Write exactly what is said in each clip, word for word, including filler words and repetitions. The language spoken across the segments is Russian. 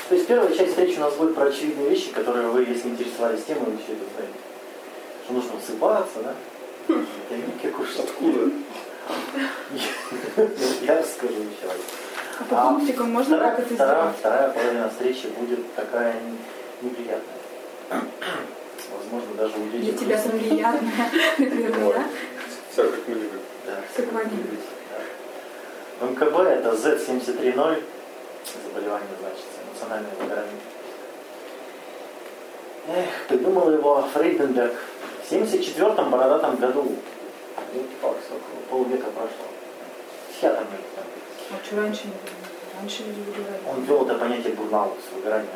То есть первая часть встречи у нас будет про очевидные вещи, которые вы, если интересовались темой, вы все это знаете. Что нужно усыпаться, да? Витаминки кушать. Откуда? Я расскажу еще раз. А по пунктикам можно вторая, как это вторая, сделать? вторая половина встречи будет такая неприятная. Возможно, даже у Для детей. тебя там приятная, наверное, да? Все как мы любим. Да, Как Ваня. да. эм ка бэ это зет семьдесят три ноль. Заболевание значится. Национальное выгорание. Эх, придумал его Фрейденберг в семьдесят четвёртом бородатом году. Полвека прошло. Психиатр мне там. А что раньше не было? Раньше люди выгорали. Он ввел это понятие бурнаут, выгорания.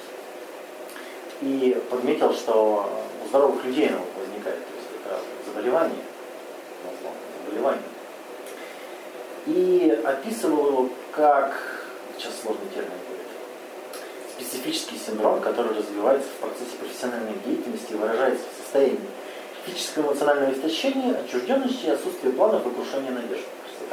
И подметил, что у здоровых людей оно возникает. То есть это заболевание. Заболевание. И описывал его как, сейчас сложный термин будет, специфический синдром, который развивается в процессе профессиональной деятельности и выражается в состоянии физического эмоционального истощения, отчужденности, отсутствия планов и крушения надежд.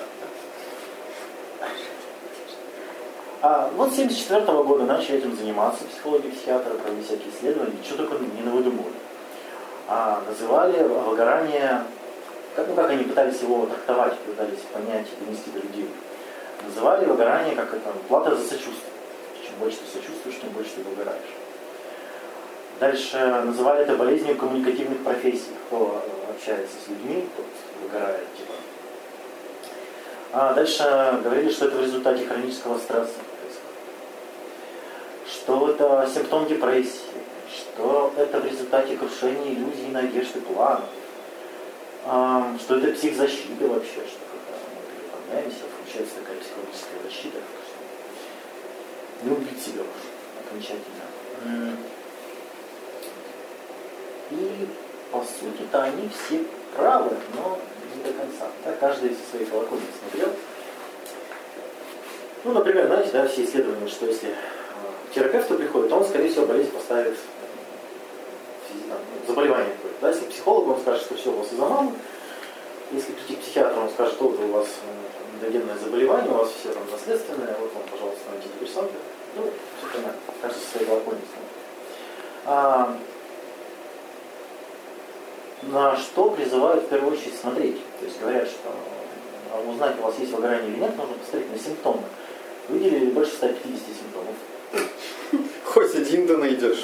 А вот с семьдесят четвёртого года начали этим заниматься психологи, психиатры, провели всякие исследования, что только не навыдумывали. А называли выгорание, как, ну, как они пытались его трактовать, пытались понять и донести до людей. Называли выгорание как это, плата за сочувствие. Чем больше ты сочувствуешь, тем больше ты выгораешь. Дальше называли это болезнью коммуникативных профессий. Кто общается с людьми, тот выгорает. Типа. А дальше говорили, что это в результате хронического стресса происходит. Что это симптом депрессии. Что это в результате крушения иллюзий, надежд и планов. А, что это психзащита вообще. Что когда мы переполняемся, включается такая психологическая защита. Что не убить себя уж окончательно. И по сути-то они все правы, но не до конца. Да? Каждый со своей колокольни смотрел. Ну, например, знаете, да, все исследования, что если к терапевту приходит, то он, скорее всего, болезнь поставит там, заболевание какое-то. Да? Если к психологу, он скажет, что все у вас из-за мамы. Если прийти к психиатру, он скажет, что у вас эндогенное заболевание, у вас все там наследственное, вот вам, пожалуйста, антидепрессанты. Ну, все понятно. Каждый со своей колокольни смотрит. На что призывают в первую очередь смотреть. То есть говорят, что узнать, у вас есть выгорание или нет, нужно посмотреть на симптомы. Выделили больше ста пятидесяти симптомов. Хоть один-то найдешь.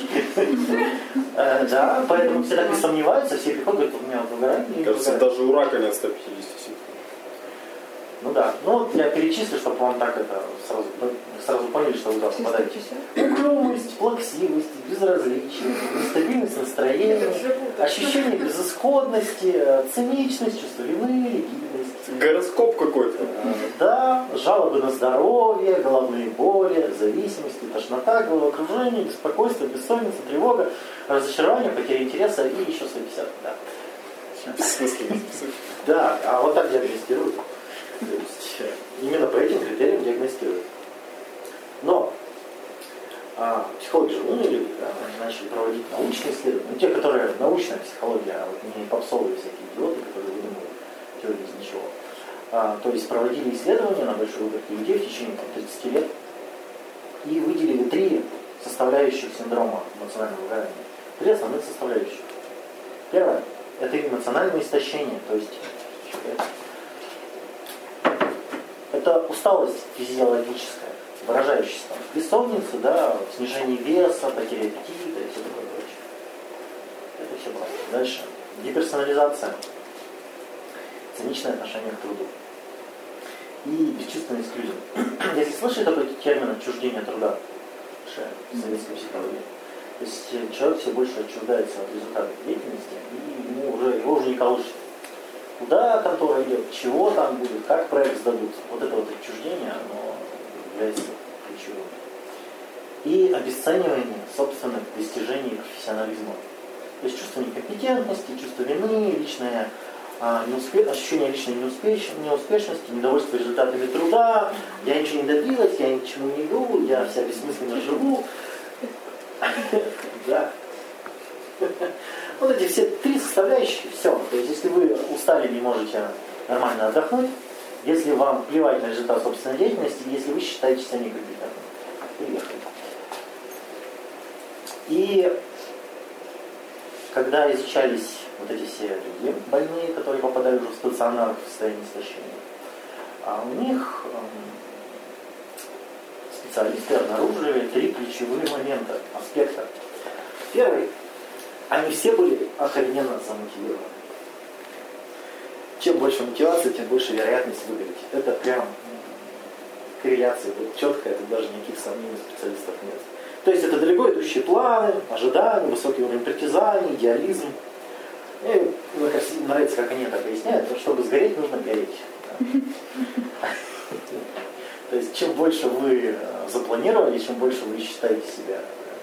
Да, поэтому все так и сомневаются, все приходят, говорят, у меня выгорание. Кажется, даже у рака нет ста пятидесяти симптомов. Ну да, ну вот я перечислю, чтобы вам так это сразу, сразу поняли, что вы туда попадаете. Угрюмость, плаксивость, безразличие, нестабильность настроения, ощущение безысходности, циничность, чувство вины, ригидность. Гороскоп какой-то. Да, жалобы на здоровье, головные боли, зависимости, тошнота, головокружение, беспокойство, бессонница, тревога, разочарование, потеря интереса и еще сто пятьдесят. Да. Бессмысленно. Да, а вот так диагностируют. То есть именно по этим критериям диагностируют. Но а, психологи же умные люди, да, они начали проводить научные исследования. Ну, те, которые научная психология, а вот не попсовые всякие идиоты, которые выдумывают теорию из ничего. А, то есть проводили исследования на большой выборке людей в течение там, тридцати лет и выделили три составляющих синдрома эмоционального выгорания. Три основных составляющих. Первое – это эмоциональное истощение, то есть это усталость физиологическая, выражающаяся там в бессоннице, да, в снижении веса, потере аппетита и все такое прочее. Это все просто. Дальше. Деперсонализация. Циничное отношение к труду. И бесчувственность к людям. Если слышали такой термин отчуждение труда в советской психологии, то есть человек все больше отчуждается от результата деятельности, и ему уже, его уже не колышет. Куда контора идет, чего там будет, как проект сдадут. Вот это вот отчуждение, оно является ключевым. И обесценивание собственных достижений и профессионализма. То есть чувство некомпетентности, чувство вины, личное, а, неуспе... ощущение личной неуспеш... неуспешности, недовольство результатами труда, я ничего не добилась, я ничему не иду, я вся бессмысленно живу. Да. Вот эти все три составляющие, все. То есть, если вы устали, не можете нормально отдохнуть, если вам плевать на результат собственной деятельности, если вы считаете себя некомпетентным, приехали. И когда изучались вот эти все люди, больные, которые попадают уже в стационар в состоянии истощения, а у них специалисты обнаружили три ключевые момента, аспекта. Первый, они все были охрененно замотивированы. Чем больше мотивации, тем больше вероятность выиграть. Это прям корреляция вот четкая, это даже никаких сомнений у специалистов нет. То есть это далеко идущие планы, ожидания, высокий уровень притязаний, идеализм. И мне нравится, как они это поясняют, что чтобы сгореть, нужно гореть. То есть чем больше вы запланировали, чем больше вы считаете себя,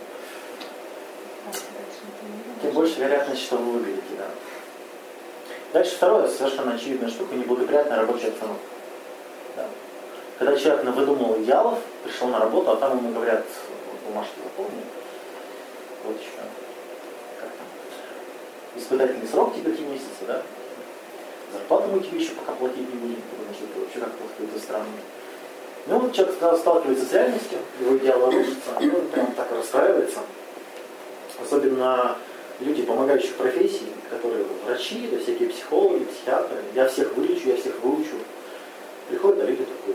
тем больше вероятность, что вы выиграете. Да. Дальше второе, совершенно очевидная штука, неблагоприятная рабочая обстановка. Да. Когда человек выдумал идеалов, пришел на работу, а там ему говорят, бумажки заполни, вот еще, как там, испытательный срок тебе три месяца, да? Зарплату мы тебе еще пока платить не будем, потому что это вообще как-то какой-то странный. Ну вот человек сталкивается с реальностью, его идеалы рушатся, и он прям так расстраивается. Особенно люди помогающих профессий, которые врачи, да, всякие психологи, психиатры. Я всех вылечу, я всех выучу. Приходят, а люди такие.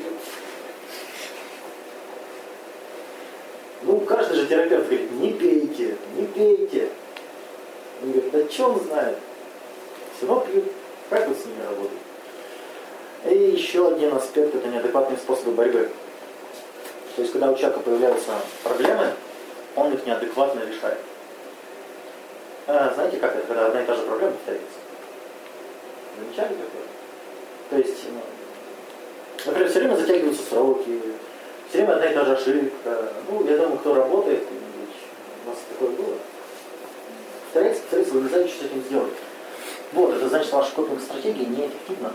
Ну, каждый же терапевт говорит, не пейте, не пейте. Он говорит, да что он знает? Все равно пьют. Как вот с ними работать? И еще один аспект – это неадекватные способы борьбы. То есть, когда у человека появляются проблемы, он их неадекватно решает. А, знаете, как это, когда одна и та же проблема повторяется? Замечали такое? То есть, ну, например, все время затягиваются сроки, все время одна и та же ошибка. Ну, я думаю, кто работает, у вас такое было? Повторяется, повторяется, вы не знаете, что с этим сделать. Вот, это значит, ваша копинг-стратегия неэффективна.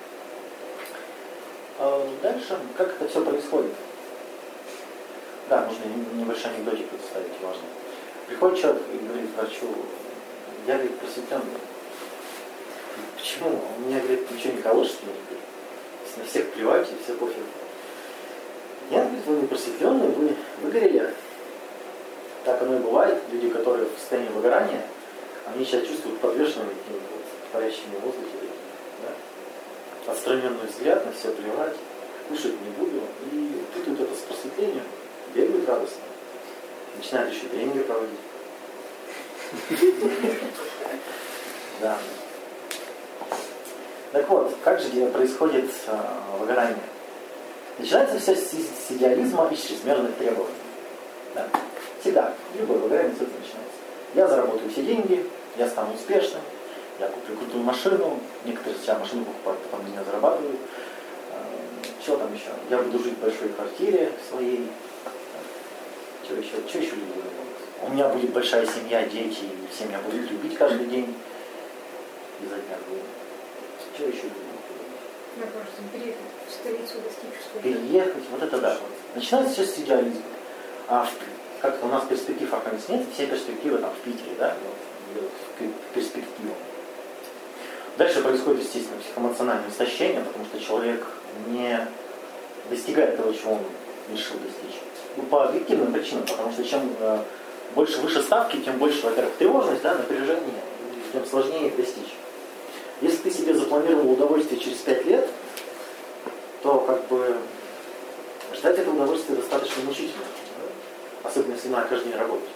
А дальше, как это все происходит? Да, нужно небольшой анекдотик представить, важно. Приходит человек и говорит врачу, я, говорит, просветленный. Почему? У меня, говорит, ничего не колышется, на всех плевать и все пофиг. Нет, говорит, вы не просветленные, вы выгорели. Так оно и бывает. Люди, которые в состоянии выгорания, они себя чувствуют подвешенными какими-то вот парящими в воздухе. Да? Отстраненный взгляд, на все плевать, кушать не буду. И тут вот это с просветлением бегают радостно. Начинают еще тренинги проводить. Да. Так вот, как же происходит выгорание? Начинается все с идеализма и с чрезмерных требований. Да. Всегда. Любое выгорание с этого начинается. Я заработаю все деньги, я стану успешным, я куплю крутую машину, некоторые сейчас машину покупают, потом меня зарабатывают. Что там еще? Я буду жить в большой квартире своей. Что еще? Что еще люди будут? У меня будет большая семья, дети, и все меня будут любить каждый день. Изо дня в день. Что еще люди будут? Я просто переехать в столицу, достичь своего. Переехать, вот это да. Начинается все с идеализма. А как-то у нас перспектив оказывается нет, все перспективы там в Питере, да, вот, перспектива. Дальше происходит, естественно, психоэмоциональное истощение, потому что человек не достигает того, чего он решил достичь. Ну, по объективным причинам, потому что чем э, больше выше ставки, тем больше, во-первых, тревожность, да, напряжение, тем сложнее их достичь. Если ты себе запланировал удовольствие через пять лет, то как бы ждать этого удовольствия достаточно мучительно, да? Особенно если надо каждый день работать.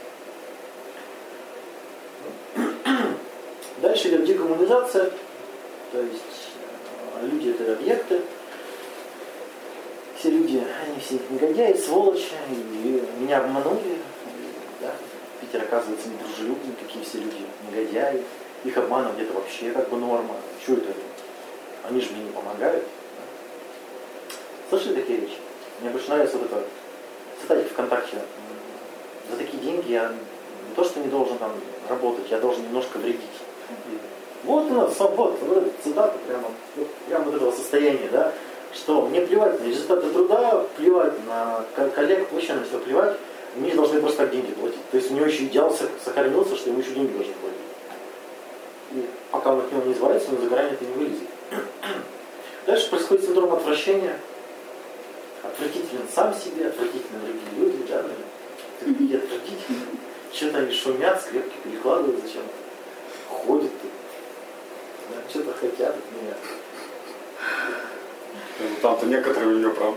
Дальше идет декоммунизация, то есть э, люди это объекты. Все люди, они все негодяи, сволочи, и меня обманули. И, да, Питер оказывается недружелюбным, какие все люди негодяи. Их обманывать это вообще как бы норма. Что это? Они же мне не помогают. Да? Слышали такие вещи? Мне больше нравится вот это цитатик ВКонтакте. За такие деньги я не то что не должен там работать, я должен немножко вредить. Вот у нас, вот, вот эта цитата прямо, вот, прямо вот этого состояния, да, что мне плевать на результаты труда, плевать на коллег, вообще на все плевать, мне должны просто так деньги платить. То есть у него еще идеал сохранился, что ему еще деньги должны платить. И пока он от него не избавится, он из-за горания это не вылезет. Дальше происходит синдром отвращения. Отвратителен сам себе, отвратительны другие люди, да, такие отвратительные. что-то они шумят, скрепки перекладывают зачем-то. Ходят тут. Да, что-то хотят от меня. Ну, там-то некоторые у нее, правда,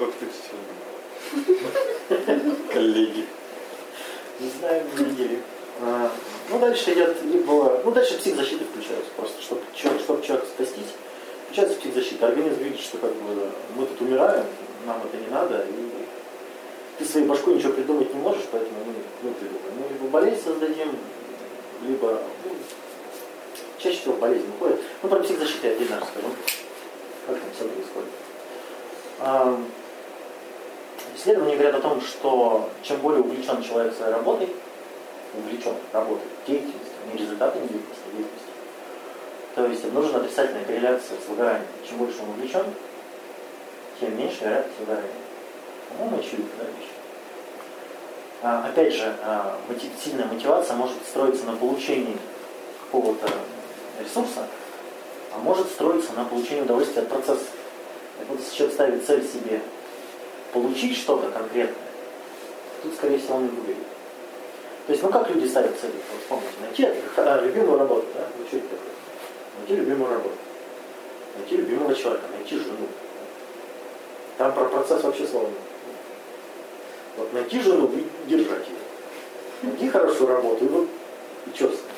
коллеги. Не знаю, не видели. А, ну, дальше идет, либо, ну, дальше психзащита включается просто, чтобы человек, чтобы человека спастись. Включается психзащита. Организм видит, что как бы мы тут умираем, нам это не надо, и ты своей башкой ничего придумать не можешь, поэтому мы, мы придумаем. Мы либо болезнь создадим, либо, ну, чаще всего болезнь уходит. Ну, про психзащиту я отдельно расскажу, как там все происходит. А, исследования говорят о том, что чем более увлечен человек своей работой, увлечен работой, деятельностью, не результатами деятельности, а деятельностью, то есть обнаружена отрицательная корреляция с выгоранием. Чем больше он увлечен, тем меньше вероятность выгорания. По-моему, очевидно, да, вещь. А, опять же, а, мотив, сильная мотивация может строиться на получении какого-то ресурса, а может строиться на получении удовольствия от процесса. Так вот, если человек ставит цель себе получить что-то конкретное, тут, скорее всего, он не выиграет. То есть, ну как люди ставят цели? Вот вспомните, найти а, любимую работу, да? Ну что это такое? Найти любимую работу, найти любимого человека, найти жену. Там про процесс вообще слова нет. Вот найти жену и держать ее. Найти хорошую работу и вот и что с ним?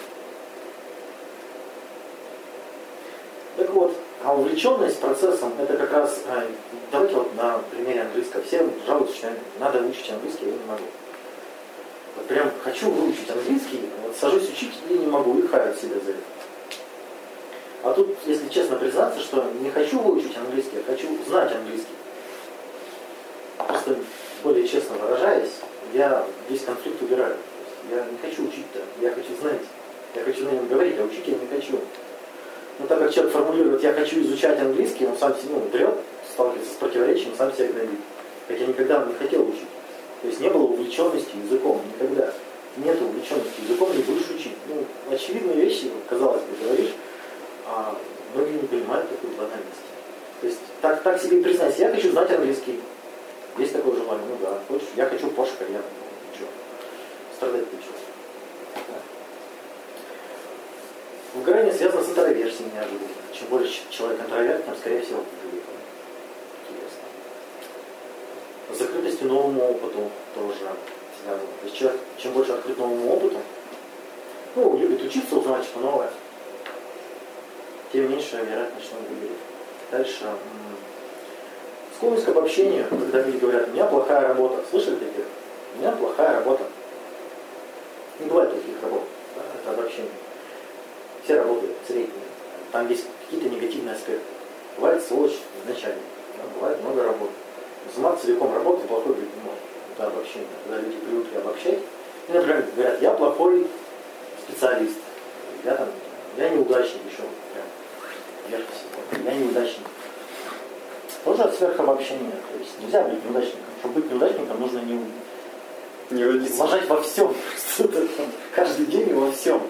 Так вот, а увлеченность процессом это как раз, а, давайте вот на примере английского. Все жалуются, что надо учить английский, я не могу. Вот прям хочу выучить английский, вот сажусь учить и не могу, и хаят себя за это. А тут, если честно признаться, что не хочу выучить английский, а хочу знать английский. Просто более честно выражаясь, я весь конфликт убираю. Я не хочу учить-то, я хочу знать. Я хочу на нем говорить, а учить я не хочу. Но так как человек формулирует, я хочу изучать английский, он сам себе, ну, врет, сталкивается с противоречием, сам себя гнобит. Хотя никогда он не хотел учить. То есть не было увлеченности языком, никогда. Нет увлеченности языком, не будешь учить. Ну, очевидные вещи, казалось бы, говоришь, а многие не понимают такой банальности. То есть так, так себе и признайся, я хочу знать английский. Есть такое желание, ну да, хочешь, я хочу Porsche Cayenne. Ничего. Страдать ты чего? Да? Выгорание связано с интроверсией неожиданно. Чем больше человек интроверт, тем скорее всего будет. Интересно. С закрытостью новому опыту тоже связано. То есть человек, чем больше открыт новому опыту, ну, любит учиться, узнавать что-то новое, тем меньше вероятность, что он выиграет. Дальше. Склонность к обобщению, когда люди говорят, у меня плохая работа. Слышали таких? У меня плохая работа. Не бывает таких работ. Да? Это обобщение. Все работают средние. Там есть какие-то негативные аспекты. Бывает сволочь изначально. Да? Бывает много работы. Заниматься целиком работой плохой быть не может. Это обобщение. Когда люди привыкли обобщать. И, например, говорят, я плохой специалист. Я там, я неудачник еще. Прям, вверх всего. Я неудачник. Тоже от сверхобобщения. То есть нельзя быть неудачником. Чтобы быть неудачником, нужно не, не ложать во всем. Каждый день и во всем.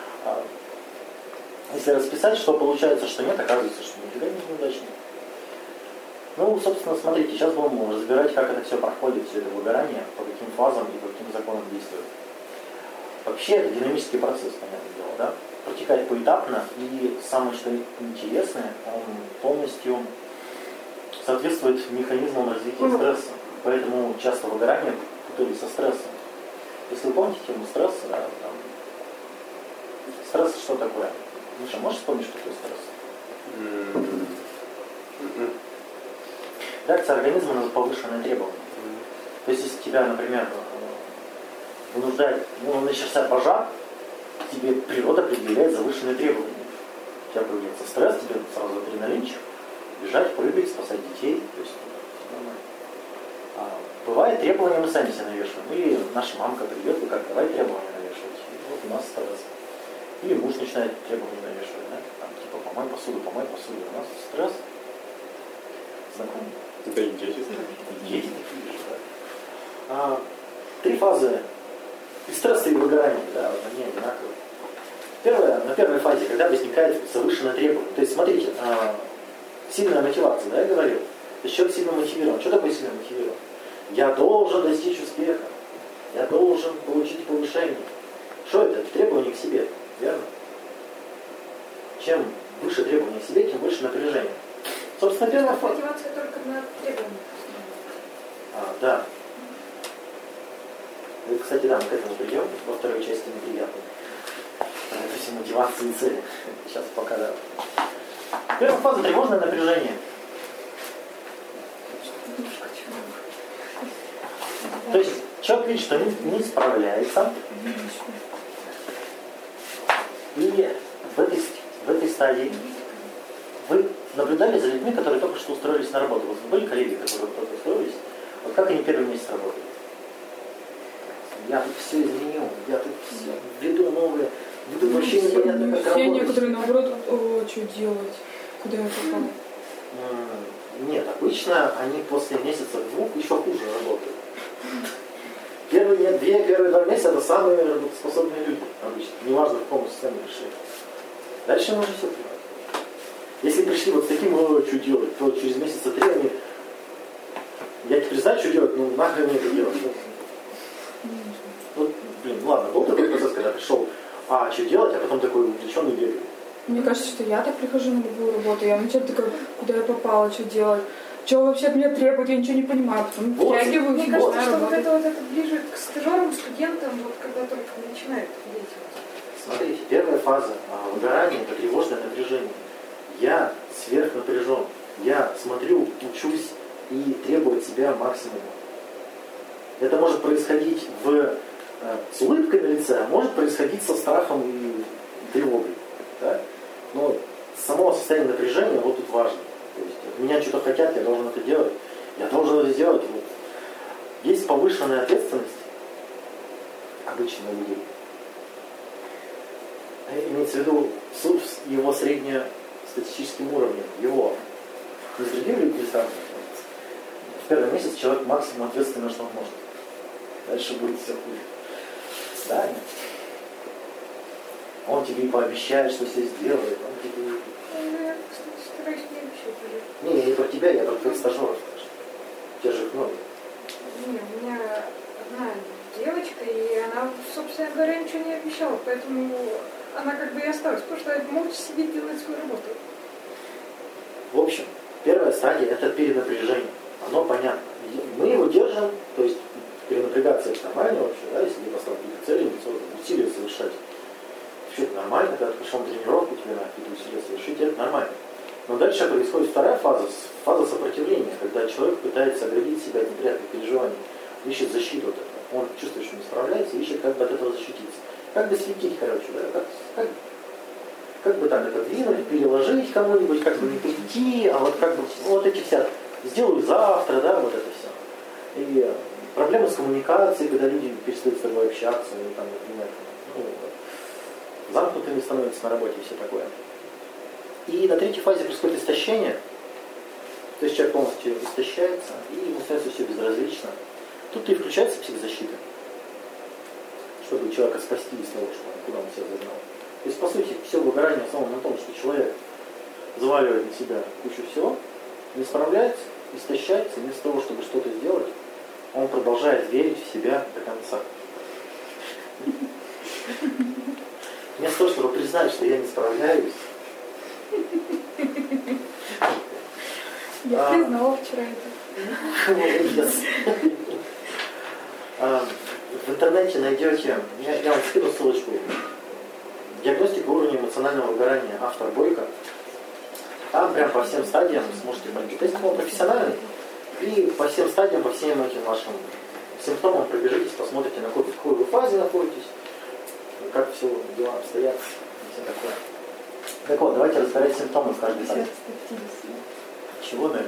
Если расписать, что получается, что нет, оказывается, что нифига не неудачник. Ну, собственно, смотрите, сейчас будем разбирать, как это все проходит, все это выгорание, по каким фазам и по каким законам действует. Вообще, это динамический процесс, понятное дело, да? Протекает поэтапно, и самое, что интересное, он полностью соответствует механизмам развития стресса. Поэтому часто выгорание путали со стрессом. Если вы помните тему стресса, да, там, стресс что такое? Миша, можешь вспомнить, что такое стресс? Mm-hmm. Реакция организма на повышенные требования. Mm-hmm. То есть, если тебя, например, вынуждает, ну, начался пожар, тебе природа предъявляет завышенные требования. У тебя появляется стресс, тебе сразу адреналинчик, бежать, прыгать, спасать детей. То есть, нормально. А, бывает, требования мы сами себе навешиваем. Или наша мамка придет, и как, давай требования навешивать. И вот у нас стресс. Или муж начинает требования навешивать, да? Там, типа, помой посуду, помой посуду. У нас стресс. Знакомый? Да и дети. И дети такие же, да. А, три фазы. И стресса, и выгорания, да, вот они одинаковые. Первое, на первой фазе, когда возникает завышенное требование. То есть, смотрите, а, сильная мотивация, да, я говорил. То есть человек сильно мотивирован. Что такое сильно мотивирован? Я должен достичь успеха. Я должен получить повышение. Что это? Это требование к себе, верно? Чем выше требования к себе, тем выше напряжение. Собственно, первая фаза. Мотивация только на требования. А, да. И, кстати, да, мы к этому придем во второй части неприятной. Это все мотивации и цели. Сейчас пока да. Первая фаза — тревожное напряжение. То есть человек видит, что не, не справляется. И в этой, в этой стадии вы наблюдали за людьми, которые только что устроились на работу. Вот были коллеги, которые только устроились. Вот как они первый месяц работали? Я тут все изменю, я тут все введу новые, введу вообще непонятно, как Все работать. некоторые, наоборот, о, что делать? Куда я попал? Нет, обычно они после месяца-двух еще хуже работают. Первые две, первые два месяца это самые работоспособные люди обычно. Неважно, в каком состоянии пришли. Дальше мы уже все понимаем. Если пришли вот с таким, о, что делать, то через месяца три они... Я теперь знаю, что делать, ну нахрен мне это делать. Ну, блин, ладно, был такой процесс, когда пришел, а что делать, а потом такой увлеченный бегает. Мне кажется, что я так прихожу на любую работу, я вначале такая, куда я попала, что делать, что вообще от меня требуют, я ничего не понимаю, потом Вот. втягиваюсь, Мне кажется, начинаю что вот работать. это, вот это ближе к стажерам, студентам, вот когда только начинают деятельность. Смотрите, первая фаза а, выгорания — это тревожное напряжение. Я сверхнапряжен, я смотрю, учусь и требую от себя максимума. Это может происходить в, э, с улыбкой на лице, а может происходить со страхом и тревогой. Да? Но само состояние напряжения вот тут важно. То есть от меня что-то хотят, я должен это делать. Я должен это сделать. Вот. Есть повышенная ответственность обычно у людей. Имеется в виду суд с его среднестатистическим уровнем, его. Не с другими людьми сравнивать. В первый месяц человек максимум ответственный, что он может. Дальше будет все хуже. Да, нет? Он тебе и пообещает, что все сделает. Он тебе... Ну, я, кстати, стараюсь не обещать уже. Не, я не про тебя, я про твоих стажеров. Те же их много. Не, у меня одна девочка, и она, собственно говоря, ничего не обещала, поэтому она как бы и осталась, потому что молча сидит, делает свою работу. В общем, первая стадия — это перенапряжение. Оно понятно. Мы его держим, то есть перенапрягаться это нормально вообще, да, если не поставить какие-то цели, усилия совершать. Все это нормально, когда ты пошел на тренировку, тебе надо какие-то усилия совершить, это нормально. Но дальше происходит вторая фаза, фаза сопротивления, когда человек пытается оградить себя от неприятных переживаний, ищет защиту от этого. Он чувствует, что не справляется, ищет, как бы от этого защититься. Как бы светить, короче, да, как, как, как бы так это двинуть, переложить кому-нибудь, как бы не прийти, а вот как бы, ну, вот эти все, сделаю завтра, да, вот это все. И проблемы с коммуникацией, когда люди перестают с тобой общаться, или там, например, ну, замкнутыми становятся на работе и все такое. И на третьей фазе происходит истощение, то есть человек полностью истощается, и ему становится все безразлично. Тут и включается психозащита, чтобы человека спасти из того, что он, куда он себя загнал. То есть, по сути, все выгорание основано на том, что человек заваливает на себя кучу всего, не справляется, истощается, вместо того, чтобы что-то сделать, он продолжает верить в себя до конца. Вместо того, чтобы признать, что я не справляюсь. Я признала вчера это. Молодец. В интернете найдете, я, я вам скину ссылочку, диагностика уровня эмоционального выгорания, автор Бойко. Там прям по всем стадиям сможете пройти. То есть он профессиональный, и по всем стадиям, по всем этим вашим симптомам пробежитесь, посмотрите, на какой, в какой вы фазе находитесь, как все дела обстоят и все такое. Так вот, давайте разбирать симптомы в каждой фазе. Чего, наверное?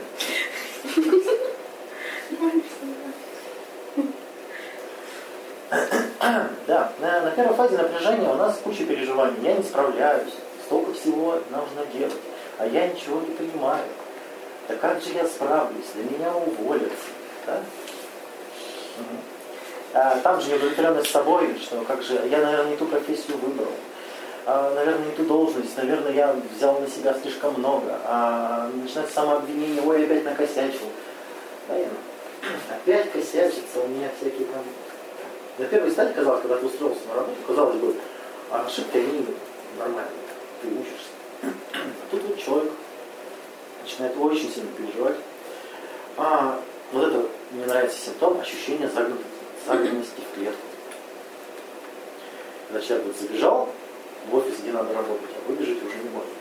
Да, на, на первой фазе напряжения у нас куча переживаний. Я не справляюсь, столько всего нужно делать, а я ничего не понимаю. Да как же я справлюсь? Для меня уволят. Да? Угу. А, там же неудовлетворенность собой, что как же, я, наверное, не ту профессию выбрал. А, наверное, не ту должность, наверное, я взял на себя слишком много. А начинается самообвинение, ой, опять накосячил. Да, я опять косячится, у меня всякие там На первой стадии, казалось, когда ты устроился на работу, казалось бы, а ошибки, они нормальные, ты учишься. А тут вот человек начинает очень сильно переживать. А вот это мне нравится симптом ощущения загнанности, загнанности в клетку. Когда человек вот забежал в офис, где надо работать, а выбежать уже не может.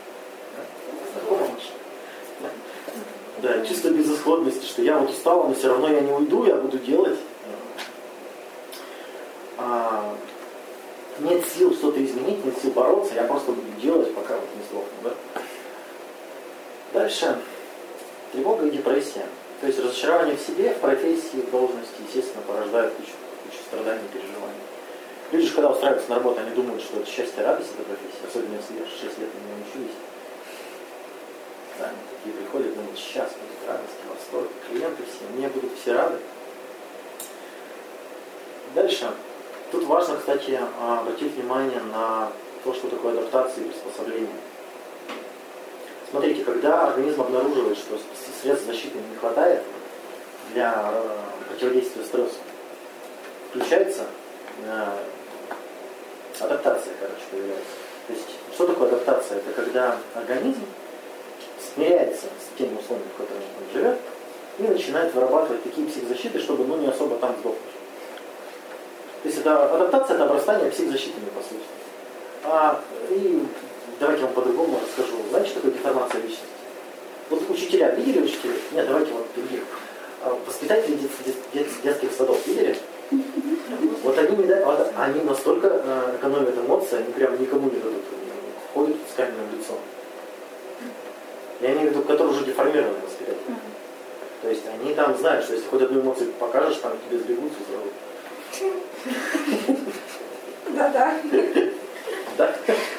Да? Да, чисто безысходности, что я вот устал, но все равно я не уйду, я буду делать. А, нет сил что-то изменить, нет сил бороться, я просто буду делать, пока вот не сдохну. Да? Дальше. Тревога и депрессия. То есть разочарование в себе, в профессии, в должности, естественно, порождает кучу, кучу страданий и переживаний. Люди же, когда устраиваются на работу, они думают, что это счастье, радость, это профессия. Особенно если шесть лет на нее учились. Да, они такие приходят, думают, сейчас будет радость, восторг, клиенты все, мне будут все рады. Дальше. Тут важно, кстати, обратить внимание на то, что такое адаптация и приспособление. Смотрите, когда организм обнаруживает, что средств защиты не хватает для противодействия стрессу, включается адаптация, короче, появляется. То есть, что такое адаптация? Это когда организм смиряется с теми условиями, в которых он живет, и начинает вырабатывать такие психозащиты, чтобы ну, не особо там сдохнуть. То есть это адаптация, это обрастание психозащитами, по сути. А, и давайте я вам по-другому расскажу. Знаете, что такое деформация личности? Вот учителя, видели учителей? Нет, давайте вот других. Воспитатели дет, дет, дет, детских садов, видели? Вот они, не, вот они настолько э, экономят эмоции, они прям никому не дадут. Ходят с каменным лицом. Я имею в виду, которые уже деформированы воспитатели. То есть они там знают, что если хоть одну эмоцию покажешь, там тебе сбегутся сразу. Да-да. Да?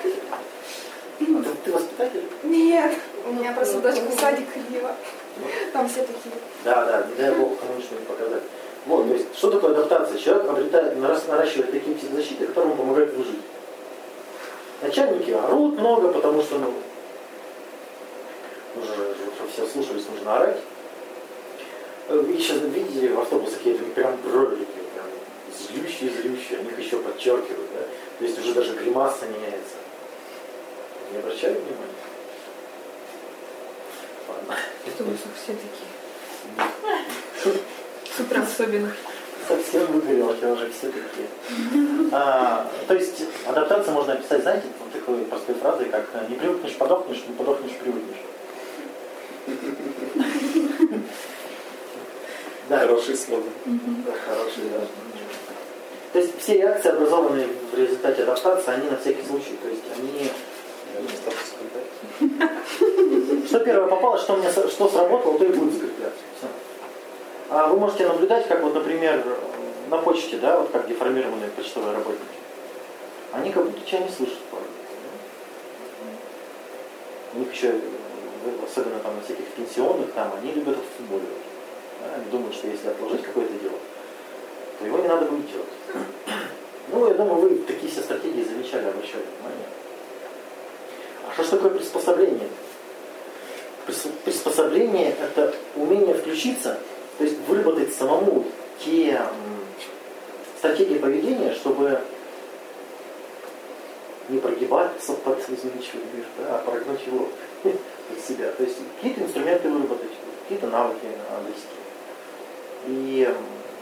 А ты, ты воспитатель? Нет, у меня просто дочка в садик ходила. Там все такие. Да, да, не дай бог кому-нибудь показать. Вот, то есть, что такое адаптация? Человек обретает, наращивает такие психозащиты, которые ему помогают выжить. Начальники орут много, потому что, ну, уже, уже все слушались, нужно орать. И сейчас видели в автобусах, какие-то прям бродики, прям злющие-злющие, они их еще подчеркивают, да? То есть уже даже гримаса меняется. Не обращали внимания? Ладно. Автобусах все такие. Супер особенно. Совсем выгорел, я уже все такие. А, то есть адаптацию можно описать, знаете, вот такой простой фразой, как не привыкнешь, подохнешь, не подохнешь, привыкнешь. Да. Хорошие слова. Да, хорошие, да. То есть все реакции, образованные в результате адаптации, они на всякий случай. То есть они... Что первое попало, что мне что сработало, то и будет закрепляться. А вы можете наблюдать, как вот, например, на почте, да, вот как деформированные почтовые работники. Они как будто тебя не слышат. У них еще, особенно там на всяких пенсионных, там, они любят отфутболивать. Да? Они думают, что если отложить какое-то дело, то его не надо будет делать. Ну, я думаю, вы такие все стратегии замечали, обращали внимание. А что ж такое приспособление? Приспособление – это умение включиться, то есть выработать самому те м, стратегии поведения, чтобы не прогибаться под изменчивый мир, да, а прогнуть его под себя. То есть какие-то инструменты выработать, какие-то навыки обрести. И м,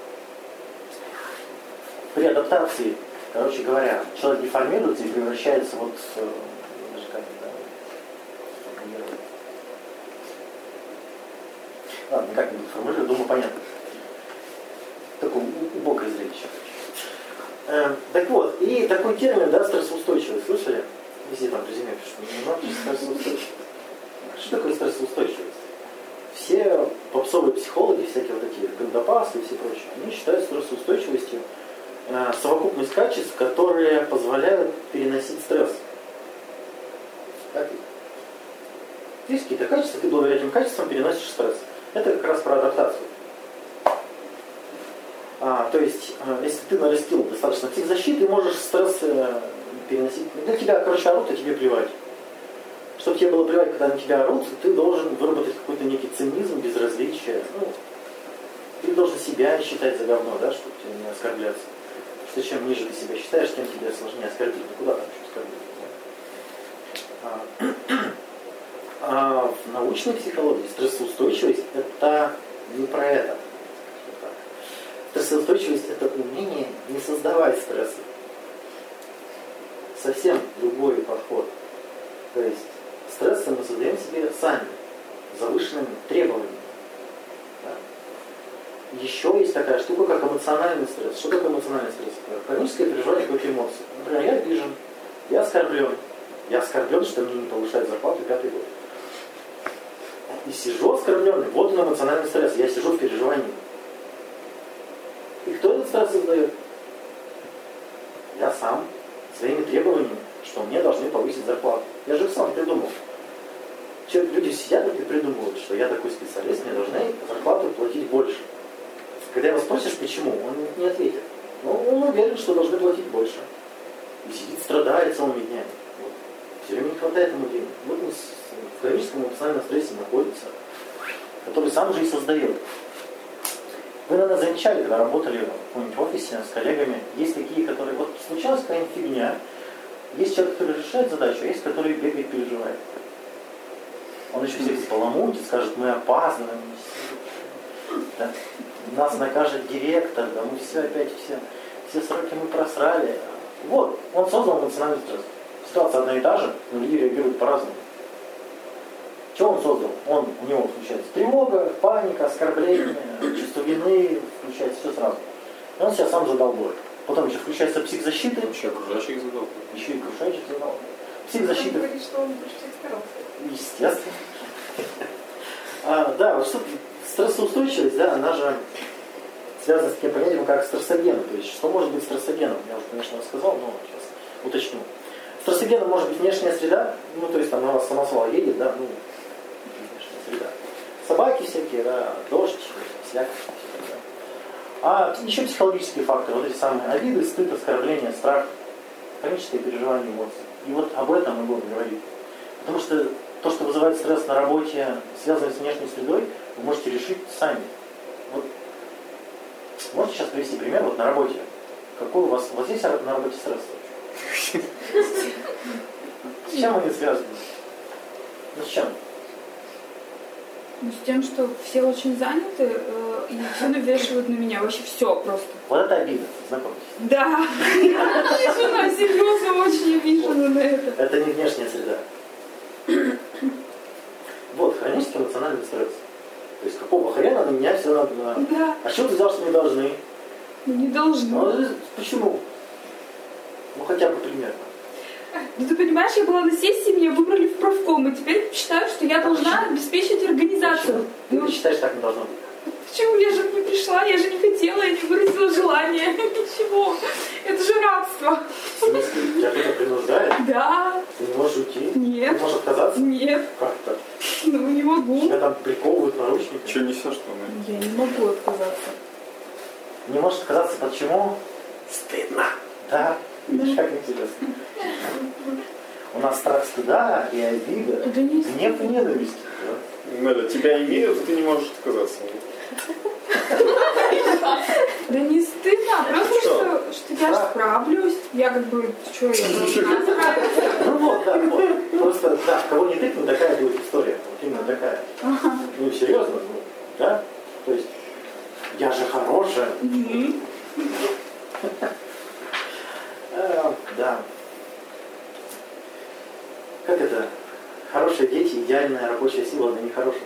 при адаптации, короче говоря, человек деформируется и превращается вот в, даже как это, ладно, никак не буду формулировать, думаю, понятно. Такое убогое зрелище. Э, так вот, и такой термин, да, стрессоустойчивость, слышали? Везде там в резюме пишут, не надо стрессоустойчивость. Что такое стрессоустойчивость? Все попсовые психологи, всякие вот эти гандапасы и все прочее, они считают стрессоустойчивостью э, совокупность качеств, которые позволяют переносить стресс. Так? Есть какие-то качества, ты благодаря этим качествам переносишь стресс. Это как раз про адаптацию. А, то есть, э, если ты нарастил достаточно психозащиты, ты можешь стресс э, переносить. Для тебя, короче, орут, а тебе плевать. Чтобы тебе было плевать, когда на тебя орут, ты должен выработать какой-то некий цинизм, безразличие. Ну, ты должен себя считать за говно, да, чтобы тебе не оскорбляться. что чем ниже ты себя считаешь, тем тебе сложнее оскорбить. Ну куда там еще оскорбить? А, а в научной психологии стрессоустойчивость это не про это. Стрессоустойчивость это умение не создавать стресса. Совсем другой подход. То есть стрессы мы создаем себе сами, завышенными требованиями. Да? Еще есть такая штука, как эмоциональный стресс. Что такое эмоциональный стресс? Хроническое переживание какой-то эмоции. Например, я обижен, я оскорблен. Я оскорблен, что мне не повышают зарплату пятый год. И сижу оскорбленный. Вот он эмоциональный стресс. Я сижу в переживании. И кто этот стресс создает? Я сам. Своими требованиями, что мне должны повысить зарплату. Я же сам придумал. Че, люди сидят и придумывают, что я такой специалист, мне должны зарплату платить больше. Когда его спросишь, почему, он не ответит. Но он уверен, что должны платить больше. И сидит, страдает целыми днями. Вот. Все время не хватает ему денег. Вот он в хроническом эмоциональном стрессе находится, который сам же и создает. Вы, наверное, замечали, когда работали в каком-нибудь офисе с коллегами, есть такие, которые, вот случалась какая-нибудь фигня, есть человек, который решает задачу, а есть, который бегает, переживает. Он еще всех споломутит, скажет, мы опаздываем, да? Нас накажет директор, да, мы все опять, все, все сроки мы просрали. Вот, он создал эмоциональный стресс. Ситуация одна и та же, но люди реагируют по-разному. Что он создал? Он, у него включается тревога, паника, оскорбление, чувство вины, включается все сразу. И он себя сам задолбает. Потом еще включается психзащита. Еще окружающих задолбает. Еще и окружающих задолбает. Психзащита. Он говорит, что он больше всех старался. Естественно. А, да, вот что стрессоустойчивость, да, она же связана с таким понятием, как стрессоген. То есть, что может быть стрессогеном? Я уже, конечно, рассказал, но сейчас уточню. Стрессогеном может быть внешняя среда, ну, то есть там на вас самосвал едет, да, ну, среда. Собаки всякие, да, дождь, всякое. А еще психологические факторы, вот эти самые обиды, стыд, оскорбления, страх, хроническое переживание эмоций. И вот об этом мы будем говорить. Потому что то, что вызывает стресс на работе, связанное с внешней средой, вы можете решить сами. Вот. Можете сейчас привести пример вот на работе. Какой у вас, у вас есть на работе стресс? С чем они связаны? Ну с чем? Ну, с тем, что все очень заняты, э, и все навешивают на меня. Вообще все просто. Вот это обида, знакомьтесь. Да. Моя жена серьезно очень обижена на это. Это не внешняя среда. Вот, хронический эмоциональный стресс. То есть какого хрена на меня все надо... Да. А что ты взял, что не должны? Ну, не должны. Ну, почему? Ну, хотя бы примерно. Ну, ты понимаешь, я была на сессии, меня выбрали в профком, и теперь считают, что я должна обеспечить организацию. Ты Ну, считаешь, так не должно быть? почему? Я же не пришла, я же не хотела, я не выразила желания. Ничего. Это же рабство. В смысле? Тебя кто-то принуждает? Да. Ты не можешь уйти? Нет. Ты можешь отказаться? Нет. Как так? Ну, не могу. Тебя там приковывают наручники? Что несешь, что ли? Я не могу отказаться. Не можешь отказаться, почему? Стыдно. Да? Видишь, как интересно. У нас страх стыда и обида, Да не гнев и ненависть. Да? Неля, тебя имеют, и ты не можешь отказаться. Да не стыдно, а просто, Что? что, что я справлюсь. Я как бы, что я должна справиться. Ну вот, да, вот. Просто, да, кого не тыкнуть, такая будет история. Вот именно такая. Ну, серьезно, ну, да? То есть, я же хорошая. Мгм. Э, да. Как это? Хорошие дети, идеальная рабочая сила для нехороших.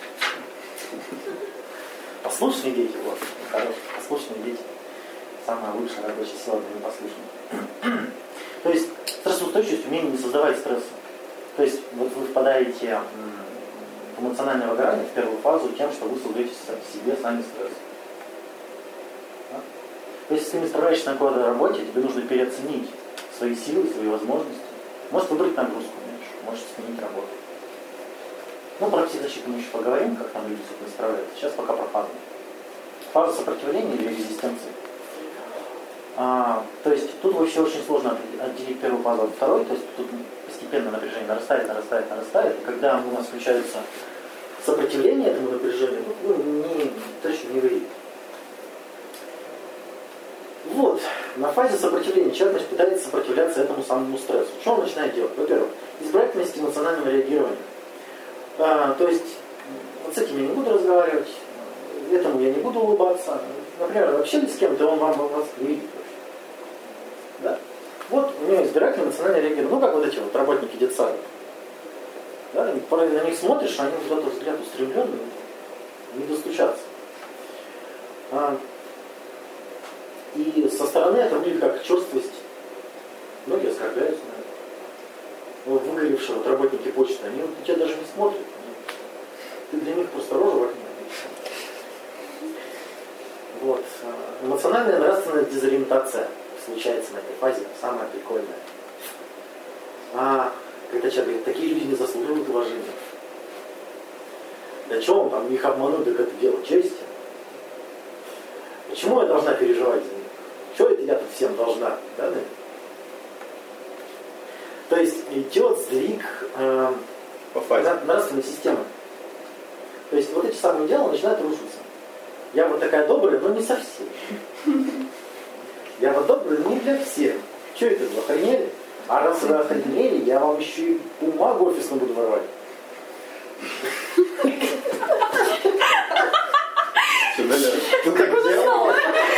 Послушные дети, вот, хорошие, послушные дети. Самая лучшая рабочая сила для непослушных. То есть стрессоустойчивость, умение не создавать стресса. То есть вот вы впадаете в эмоциональное выгорание в первую фазу тем, что вы создаете себе сами стресс. Да? То есть если ты не справляешься на какой-то работе, тебе нужно переоценить свои силы, свои возможности. Можешь выбрать нагрузку меньше, можешь сменить работу. Ну, про психозащиту мы еще поговорим, как там люди с этим справляются. Сейчас пока про фазу. Фаза сопротивления или резистенции. А, то есть тут вообще очень сложно отделить первую фазу от второй. То есть тут постепенно напряжение нарастает, нарастает, нарастает. И когда у нас включается сопротивление этому напряжению, ну, не, точно не выйдет. Вот. на фазе сопротивления человек значит, пытается сопротивляться этому самому стрессу. Что он начинает делать? Во-первых, избирательность эмоционального реагирования. А, то есть, вот с этим я не буду разговаривать, этому я не буду улыбаться. Например, общались с кем-то, он вам вас не видит вообще. Да? Вот у него избирательное эмоциональное реагирование. Ну, как вот эти вот работники детсада. Да? На них смотришь, а они куда-то взгляд устремленный, не достучаться. А, и со стороны это выглядит как черствость. Многие оскорбляются на это. Вот выгоревшие вот работники почты, они вот тебя даже не смотрят. Ты для них просто рожа вокруг. Вот. Эмоциональная нравственная дезориентация случается на этой фазе, самая прикольная. А когда человек говорит, такие люди не заслуживают уважения. Да что он там, их обмануть, так это дело чести. Почему я должна переживать за них? Что это я тут всем должна? Да, да? То есть идет сдвиг э, нравственной системы. То есть вот эти самые идеалы начинают рушиться. Я вот такая добрая, но не совсем. Я вот добрая, не для всех. Что это, вы охренели? А раз вы охренели, я вам еще и бумагу офисную буду воровать. Ты так делала?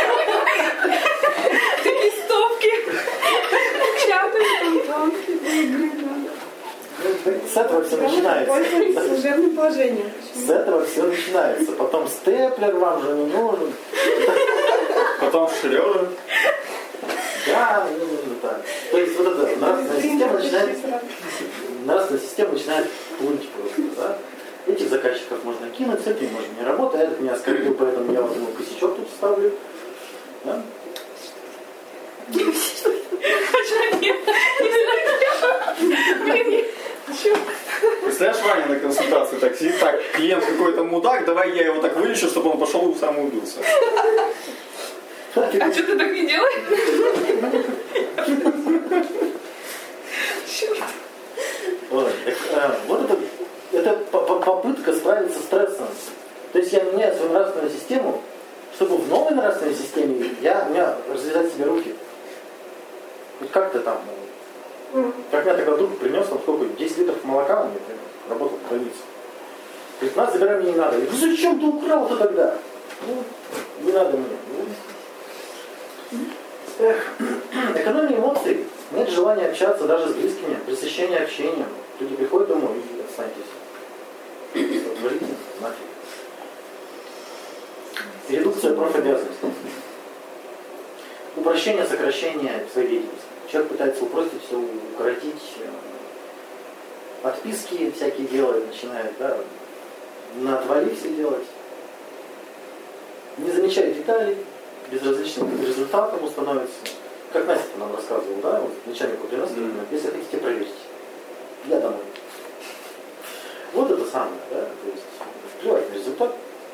Такие стопки. Печатают, там, игры, С этого все начинается. Пользуйтесь служебным положением. С этого все начинается. Потом степлер вам же не нужен. Потом шрёры. Да, именно так. То есть вот эта нравственная система начинает, нравственная система начинает плыть просто, да? Этих заказчиков можно кинуть, с этим можно не работать, а этот меня оскорбил, поэтому я вот ему косячок тут ставлю. Да? Представляешь, Ваня на консультации так сидит, так, клиент какой-то мудак, давай я его так вылечу, чтобы он пошел и сам убился. А что ты так не делаешь? Вот, так, а, вот это, это попытка справиться с стрессом. То есть я меняю свою нравственную систему, чтобы в новой нравственной системе я, у меня развязать себе руки. Вот как-то там, как меня тогда друг принес, там сколько, десять литров молока он мне принес, работал в больнице. Говорит, нас забирать мне не надо. Я говорю, ну зачем ты украл-то тогда? Ну, не надо мне. Эх, экономия эмоций. Нет желания общаться даже с близкими. Пресыщение общением. Люди приходят домой и останьтесь. Отвалите нафиг. Редукция профобязанностей. Упрощение, сокращение своей деятельности. Человек пытается упростить все, укоротить. Отписки всякие делает, начинает, да, на отвали все делать. Не замечает деталей. Безразличным результатом ему становится. Как Настя нам рассказывала, да, вот начальнику тринадцать минут, если хотите, проверьте. Я домой. Вот это самое, да, то есть плевать на результат.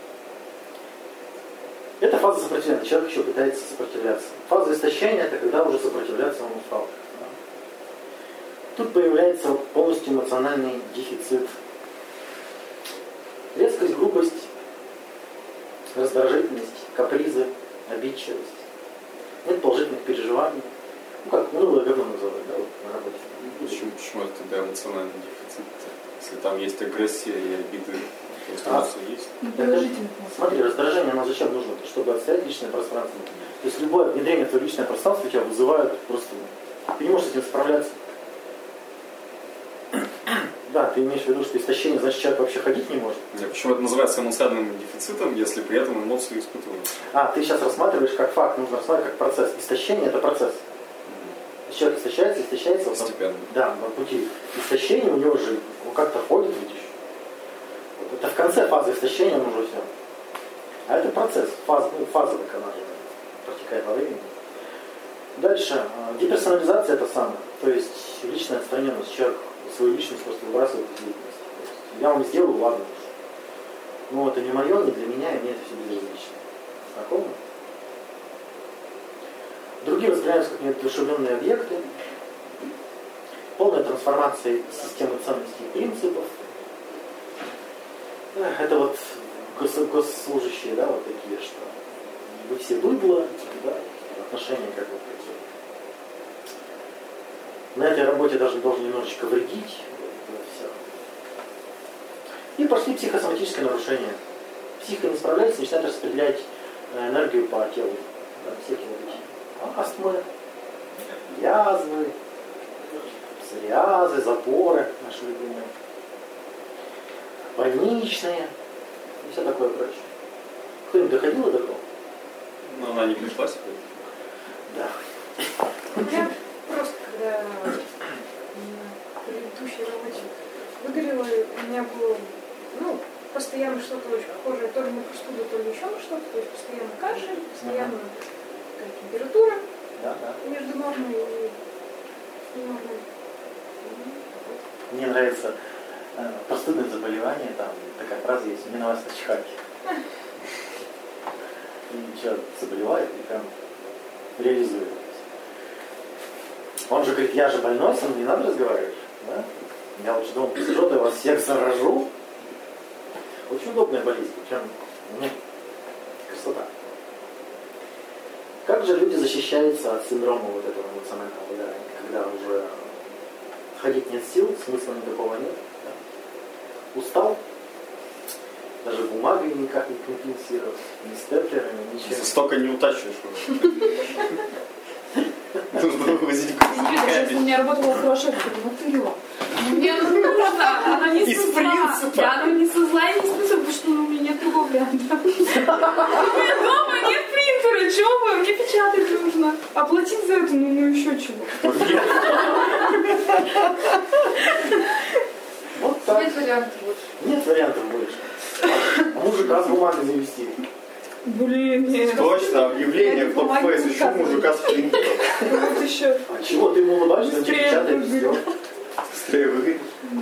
Это фаза сопротивления. Человек еще пытается сопротивляться. Фаза истощения — это когда уже сопротивляться он устал. Да. Тут появляется полностью эмоциональный дефицит. Резкость, грубость, раздражительность, капризы, обидчивость. Нет положительных переживаний. Ну как, унылое говно называют, да, вот на работе. Почему, почему это тогда эмоциональный дефицит? Если там есть агрессия и обиды, то есть А, эмоции есть. Положительно. Смотри, раздражение, оно зачем нужно? Чтобы отстоять личное пространство. То есть любое внедрение в твое личное пространство тебя вызывает просто... Ты не можешь с этим справляться. Да, ты имеешь в виду, что истощение, значит, человек вообще ходить не может. Нет, почему это называется эмоциональным дефицитом, если при этом эмоции испытываются? А, ты сейчас рассматриваешь как факт, нужно рассматривать как процесс. Истощение — это процесс. Если человек истощается, истощается... Постепенно. Вот, да, на пути истощения у него же он как-то ходит, видишь. Вот это в конце фазы истощения он уже все. А это процесс, фаза, ну, фаза так она же протекает во времени. Дальше. Деперсонализация — это самое. То есть личная отстраненность. Человек свою личность просто выбрасывает из деятельности. Я вам сделаю, ладно уж. Но это не мое, не для меня, и мне это все безразлично. Знакомо? Другие воспринимаются как неодушевленные объекты. Полная трансформация системы ценностей и принципов. Это вот гос- госслужащие, да, вот такие, что вы все быдло, да, отношения как бы такие. На этой работе даже должен немножечко вредить. Вот, все. И пошли психосоматические нарушения. Психика не справляется, начинает распределять энергию по телу. Да, всякие вот эти астмы, язвы, псориазы, запоры, наши любимые, больничные и все такое прочее. Кто-нибудь доходил до такого? Но она не пришла себе. Да. У меня просто, когда на предыдущей работе выгорело, у меня было, ну, постоянно что-то очень похожее, то ли на простуду, то ли еще на что-то, то есть постоянно кашель, постоянно такая температура Да, да. между нормой и ненормой. Мне нравится э, простудное заболевание, там такая фраза есть, мне на вас начихать. И человек заболевает и прям реализует. Он же говорит, я же больной, со мной не надо разговаривать. Да? Я лучше дома посижу, я вас всех заражу. Очень удобная болезнь, прям ну, красота. Как же люди защищаются от синдрома вот этого эмоционального выгорания, когда уже ходить нет сил, смысла никакого нет. Да? Устал, даже бумагой никак не компенсировать, ни степлерами, ничем. Столько не утащишь уже. Нужно вывозить Если у меня работала хорошая, я говорю, вот ты его. Мне нужно, она не Из со зла. принципа. Я она не со зла и не с принципа, потому что у меня нет другого варианта. У меня дома нет принтера, чего вы? Мне печатать нужно. Оплатить за это, ну, ну еще чего. Вот так. Нет вариантов больше. Нет вариантов больше. А мужика с бумагой завести. Блин, нет. Точно, объявление в топ-фейс, еще мужика с принтером. Вот еще. А чего ты ему улыбаешься, он тебе Быстрее печатает, выгорит. все. Быстрее выгорит.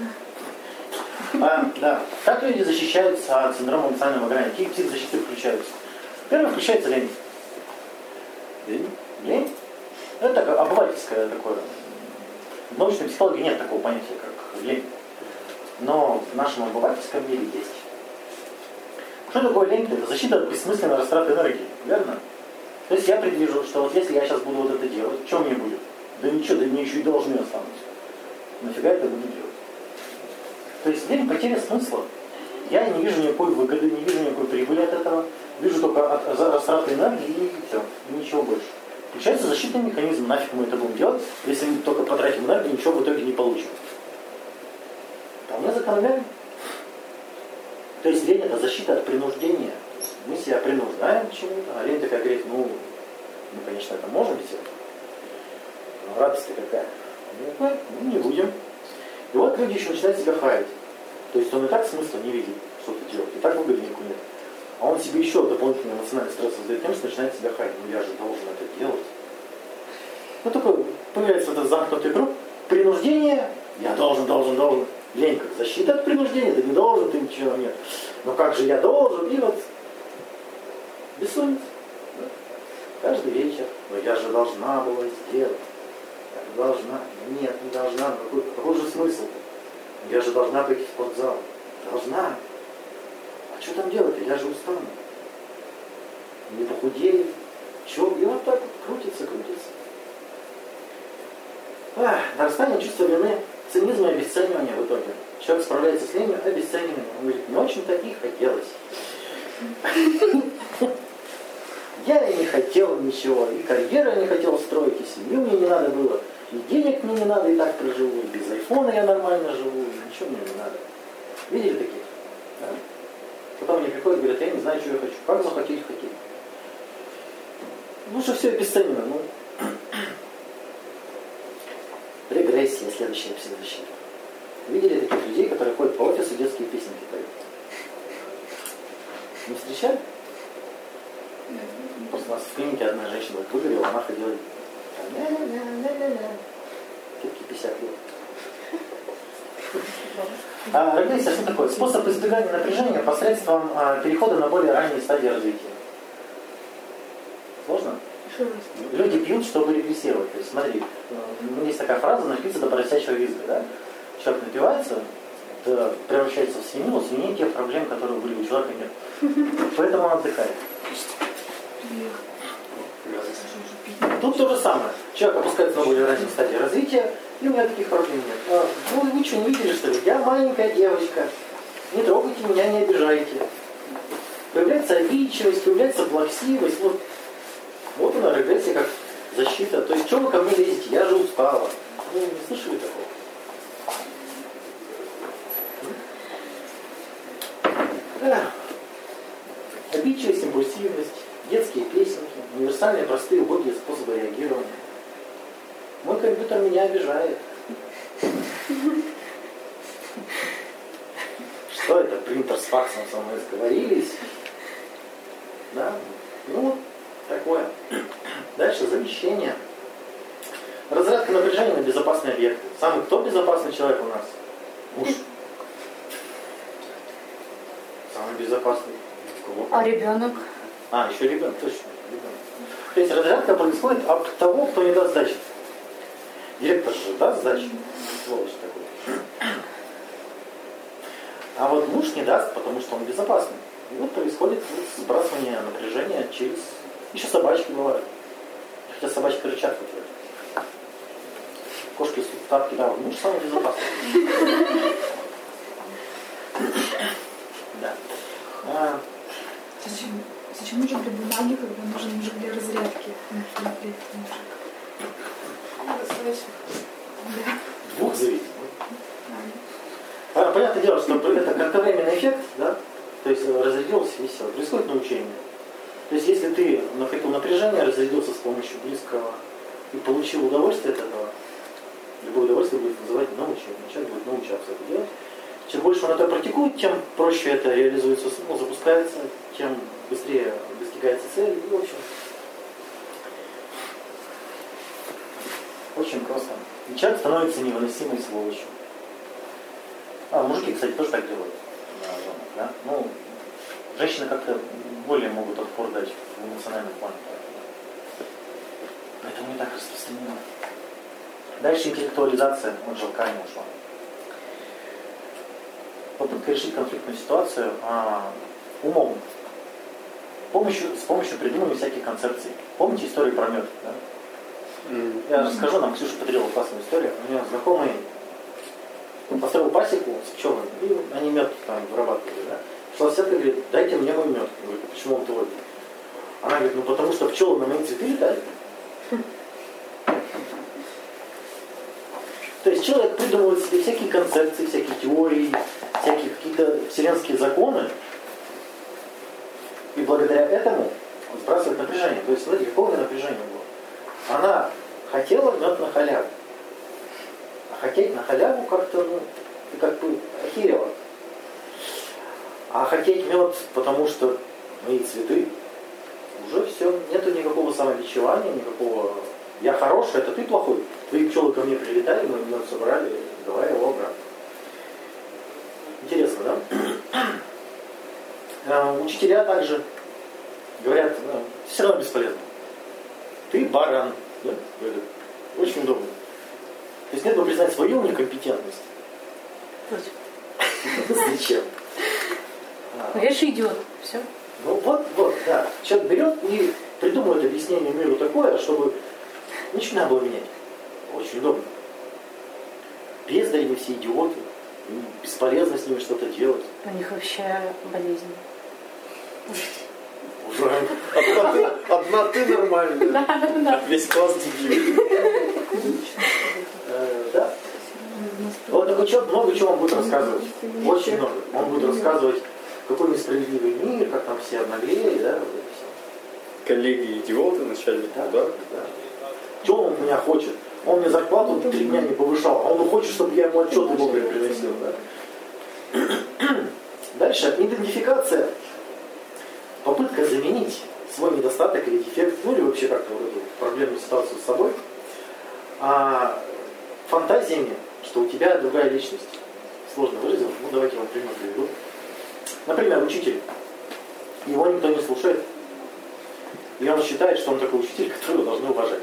А, да. Как люди защищаются от синдрома эмоционального выгорания? Какие психозащиты включаются? Первое, включается лень. Лень? Лень? Это так, обывательское такое. В научной психологии нет такого понятия, как лень. Но в нашем обывательском мире есть. Что такое лень? Это защита от бессмысленной растраты энергии. Верно? То есть я предвижу, что вот если я сейчас буду вот это делать, что мне будет? Да ничего, да мне еще и должны останутся. Нафига это буду делать? То есть лень потеря смысла. Я не вижу никакой выгоды, не вижу никакой прибыли от этого. Вижу только от, от растраты энергии и все. И ничего больше. Включается защитный механизм. Нафиг мы это будем делать, если мы только потратим энергию, ничего в итоге не получим. Вполне закономерно. То есть лень это защита от принуждения. Мы себя принуждаем к чему-то, а лень такая говорит, ну, мы, конечно, это можем сделать, но радость-то какая? Ну, ну, не будем. И вот люди еще начинают себя хаять. То есть он и так смысла не видит, что-то делать, и так выгоды никакой нет. А он себе еще дополнительный эмоциональный стресс создает тем, что начинает себя хаять. Ну я же должен это делать. Ну такой появляется вот этот замкнутый круг. Принуждение, я должен, должен, должен. Лень как защита от принуждения, ты не должен, ты ничего нет. Но как же я должен? И вот бессонница. Да? Каждый вечер. Но я же должна была сделать. Я же должна. Нет, не должна. Какой, какой же смысл-то? Я же должна пойти в спортзал. Должна. А что там делать-то? Я же устану. Не похудею. Чего? И вот так вот крутится, крутится. Ах, нарастание чувства вины, цинизма и обесценивания в итоге. Человек справляется с ленью, обесцениванием. Он говорит, не очень-то и хотелось. Я и не хотел ничего, и карьеру я не хотел строить, и семью мне не надо было, и денег мне не надо, и так проживу, и без айфона я нормально живу, и ничего мне не надо. Видели таких? Да? Потом мне приходят и говорят, я не знаю, что я хочу. Как захотеть, хотеть. Лучше все обесценено. Ну. Регрессия, следующая психозащита. Видели таких людей, которые ходят по офису, детские песенки поют? Не встречали? Просто у нас в клинике одна женщина выгорела, она ходила все-таки пятьдесят лет. А регрессия что такое? Способ избегания напряжения посредством а, перехода на более ранние стадии развития. Сложно? Люди пьют, чтобы регрессировать. То есть смотри, есть такая фраза, напиться до поросячьего визга, да? Человек напивается, это превращается в свинину, у свиней тех проблем, которые были у человека, нет. Поэтому он отдыхает. Тут то же самое. Человек опускается на более ранней стадии развития, и у меня таких проблем нет. А, ну, вы что, не видели, что ли? Я маленькая девочка. Не трогайте меня, не обижайте. Появляется обидчивость, появляется плаксивость. Вот, вот она, регрессия как защита. То есть, что вы ко мне лезете? Я же устала. Ну, не слышали такого? Да. Обидчивость, импульсивность, детские песенки, универсальные, простые, убогие способы реагирования. Мой компьютер меня обижает. Что это? Принтер с факсом со мной сговорились. Да? Ну вот такое. Дальше замещение. Разрядка напряжения на безопасные объекты. Самый кто безопасный человек у нас? Муж. Самый безопасный. А ребенок? А, еще ребенок, точно. Ребенок. То есть разрядка происходит от того, кто не даст сдачи. Директор же даст сдачи. Сволочь такой. А вот муж не даст, потому что он безопасный. И вот происходит вот сбрасывание напряжения через... Еще собачки бывают. Хотя собачки рычат хоть вроде. Кошки в тапки, да, вот муж самый безопасный. Да. А... Зачем, зачем нужен для бумаги, когда нужен мужик для разрядки? Да. Двух зависит. А, понятное дело, что это кратковременный эффект, да? То есть разрядился и все. Происходит научение. То есть если ты накопил напряжение, разрядился с помощью близкого и получил удовольствие от этого, любое удовольствие будет называть научением. Человек будет научаться это делать. Чем больше он это практикует, тем проще это реализуется, ну, запускается, тем быстрее достигается цель. И, в общем, очень просто. И человек становится невыносимой сволочью. А, мужики, кстати, тоже так делают. Да? Ну, женщины как-то более могут отпор дать в эмоциональном плане. Поэтому не так распространено. Дальше интеллектуализация, он же алкани ушла. Попытка решить конфликтную ситуацию а, умом. С помощью, с помощью придумывания всяких концепций. Помните историю про мед? Да? Mm-hmm. Я расскажу, нам Ксюша подарила классную историю. У нее знакомый построил пасеку с пчелами, и они мед там вырабатывали. Да? Пришла соседка и говорит, дайте мне мой мед. Я говорю, почему он твой? Она говорит, ну потому что пчелы на мои цветы летали. То есть человек придумывает себе всякие концепции, всякие теории, всякие какие-то вселенские законы, и благодаря этому он сбрасывает напряжение. То есть, смотрите, какое напряжение было. Она хотела мед на халяву. А хотеть на халяву как-то, ну, ты как бы охерела. А хотеть мед, потому что мои цветы, уже все, нету никакого самобичевания, никакого я хороший, это ты плохой. Твои пчелы ко мне прилетали, мы мед собрали, давай его обратно. Интересно, да? Учителя также говорят, ну, все равно бесполезно. Ты баран. Да? Говорят, очень удобно. То есть нет бы признать свою некомпетентность. Зачем? Я же идиот. Все. Ну вот, вот, да. Человек берет и придумывает объяснение миру такое, чтобы ничего не надо было менять. Очень удобно. Бездари, все идиоты. Бесполезно с ними что-то делать. У них вообще болезнь. Ужасно. Одна ты, одна ты нормальная. Да, да, да. Весь класс дебил. Да. Вот такой человек много чего он будет рассказывать. Очень много. Он будет рассказывать, какой несправедливый мир, как там все обнаглели, да, вот это все. Коллеги идиоты, начальник, да? Да. Что он от меня хочет? Он мне зарплату три дня не повышал, а он хочет, чтобы я ему отчет вовремя приносил. Да? Дальше идентификация. Попытка заменить свой недостаток или дефект, ну или вообще как-то вот эту проблемную ситуацию с собой, а, фантазиями, что у тебя другая личность. Сложно выразил, ну давайте я вам пример приведу. Например, учитель. Его никто не слушает. И он считает, что он такой учитель, которого должны уважать.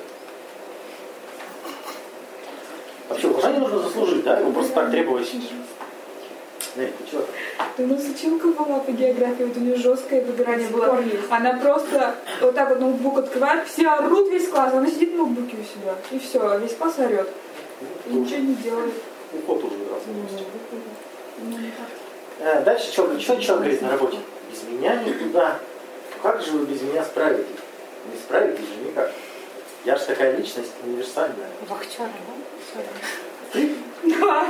Вообще уважение нужно заслужить, да? Его просто так требовать Нель, ты чего там? Да у нас училка была по географии, вот у нее жесткое выбирание было. Она просто вот так вот ноутбук открывает, все орут весь класс, она сидит в ноутбуке у себя. И все, весь класс орет. И ничего не делает. Уход уже раз. Ну, не так. Э, Дальше что, что человек говорит на работе? Без меня никуда. Как же вы без меня справитесь? Не справитесь же никак. Я же такая личность универсальная. Вахтера, да? Ты? Да.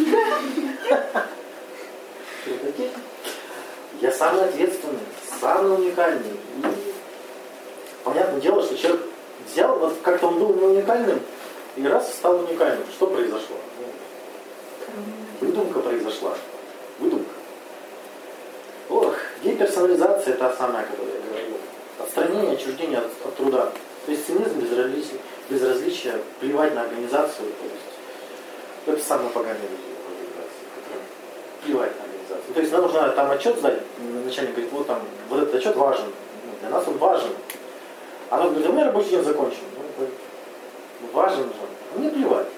Прикинь? Я самый ответственный, самый уникальный. И понятное дело, что человек взял, вот как-то он был уникальным, и раз стал уникальным. Что произошло? Выдумка произошла. Выдумка. Ох, деперсонализация та самая, которую я говорил. Отстранение, отчуждение от, от труда. То есть цинизм, безразличие, безразличие, плевать на организацию. То есть это самые поганые люди в организации, которые плевать на организацию. То есть нам нужно там отчет сдать, начальник говорит, вот там, вот этот отчет важен. Ну, для нас он важен. А он говорит, у меня рабочий день закончен. Ну, это важен же. А мне плевать.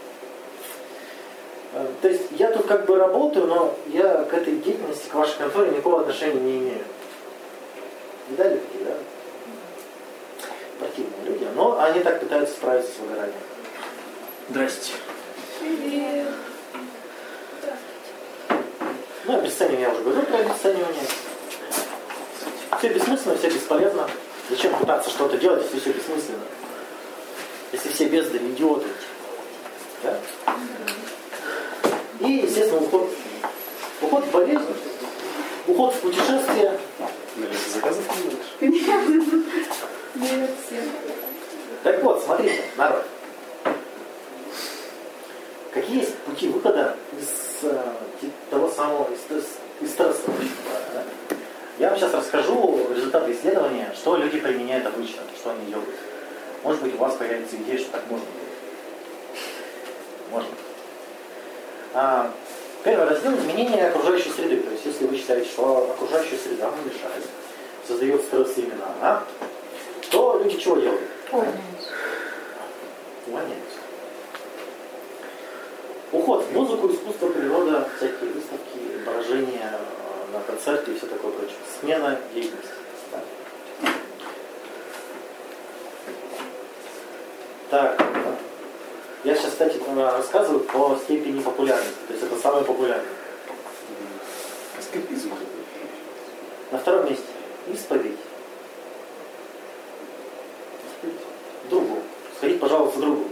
То есть я тут как бы работаю, но я к этой деятельности, к вашей конторе никакого отношения не имею. Видали такие, да? Противные люди. Но они так пытаются справиться с выгоранием. Здрасте. Привет. Ну, обесценивание, я уже говорил про обесценивание. Все бессмысленно, все бесполезно. Зачем пытаться что-то делать, если все бессмысленно? Если все бездари, идиоты. Да? И, естественно, уход. Уход в болезнь, уход в путешествие. Налети заказов не будешь? Нет, всем. Так вот, смотрите, народ. Какие есть пути выхода из э, того самого, из, из стресса? Да? Я вам сейчас расскажу результаты исследования, что люди применяют обычно, что они делают. Может быть, у вас появится идея, что так можно делать. Можно. А, первый раздел – изменение окружающей среды. То есть, если вы считаете, что окружающая среда вам мешает, создает стресс именно она, то люди чего делают? Увольняются. Увольняются. Уход в музыку, искусство, природа, всякие выставки, выражения на концерты и все такое прочее. Смена деятельности. Да? Так. Я сейчас, кстати, рассказываю по степени популярности. То есть это самое популярное. Аскепизм. На втором месте. Исповедь. Другу. Сходить, пожалуйста, другу.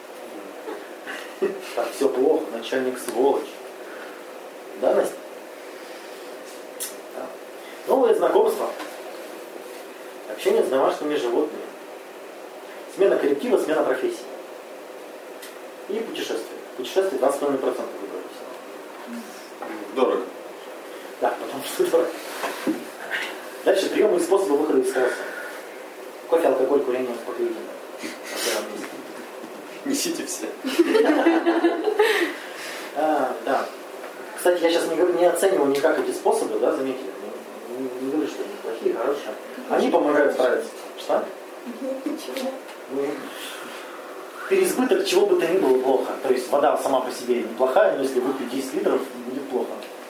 Так, все плохо, начальник сволочь. Да, Настя? Да. Новые знакомства. Общение с домашними животными. Смена коллектива, смена профессии. И путешествие. Путешествие двадцать пять процентов выбрали. Дорого. Да, потому что дорого. Дальше приемы и способы выхода из стресса. Кофе, алкоголь, курение, успокоительное. Несите все. А, да. Кстати, я сейчас не, говорю, не оцениваю никак эти способы, да, заметили? Не, не, не говорю, что они плохие, хорошие. Они помогают справиться. Что? Ну, переизбыток чего бы то ни было плохо. То есть вода сама по себе неплохая, но если выпить десять литров, будет плохо.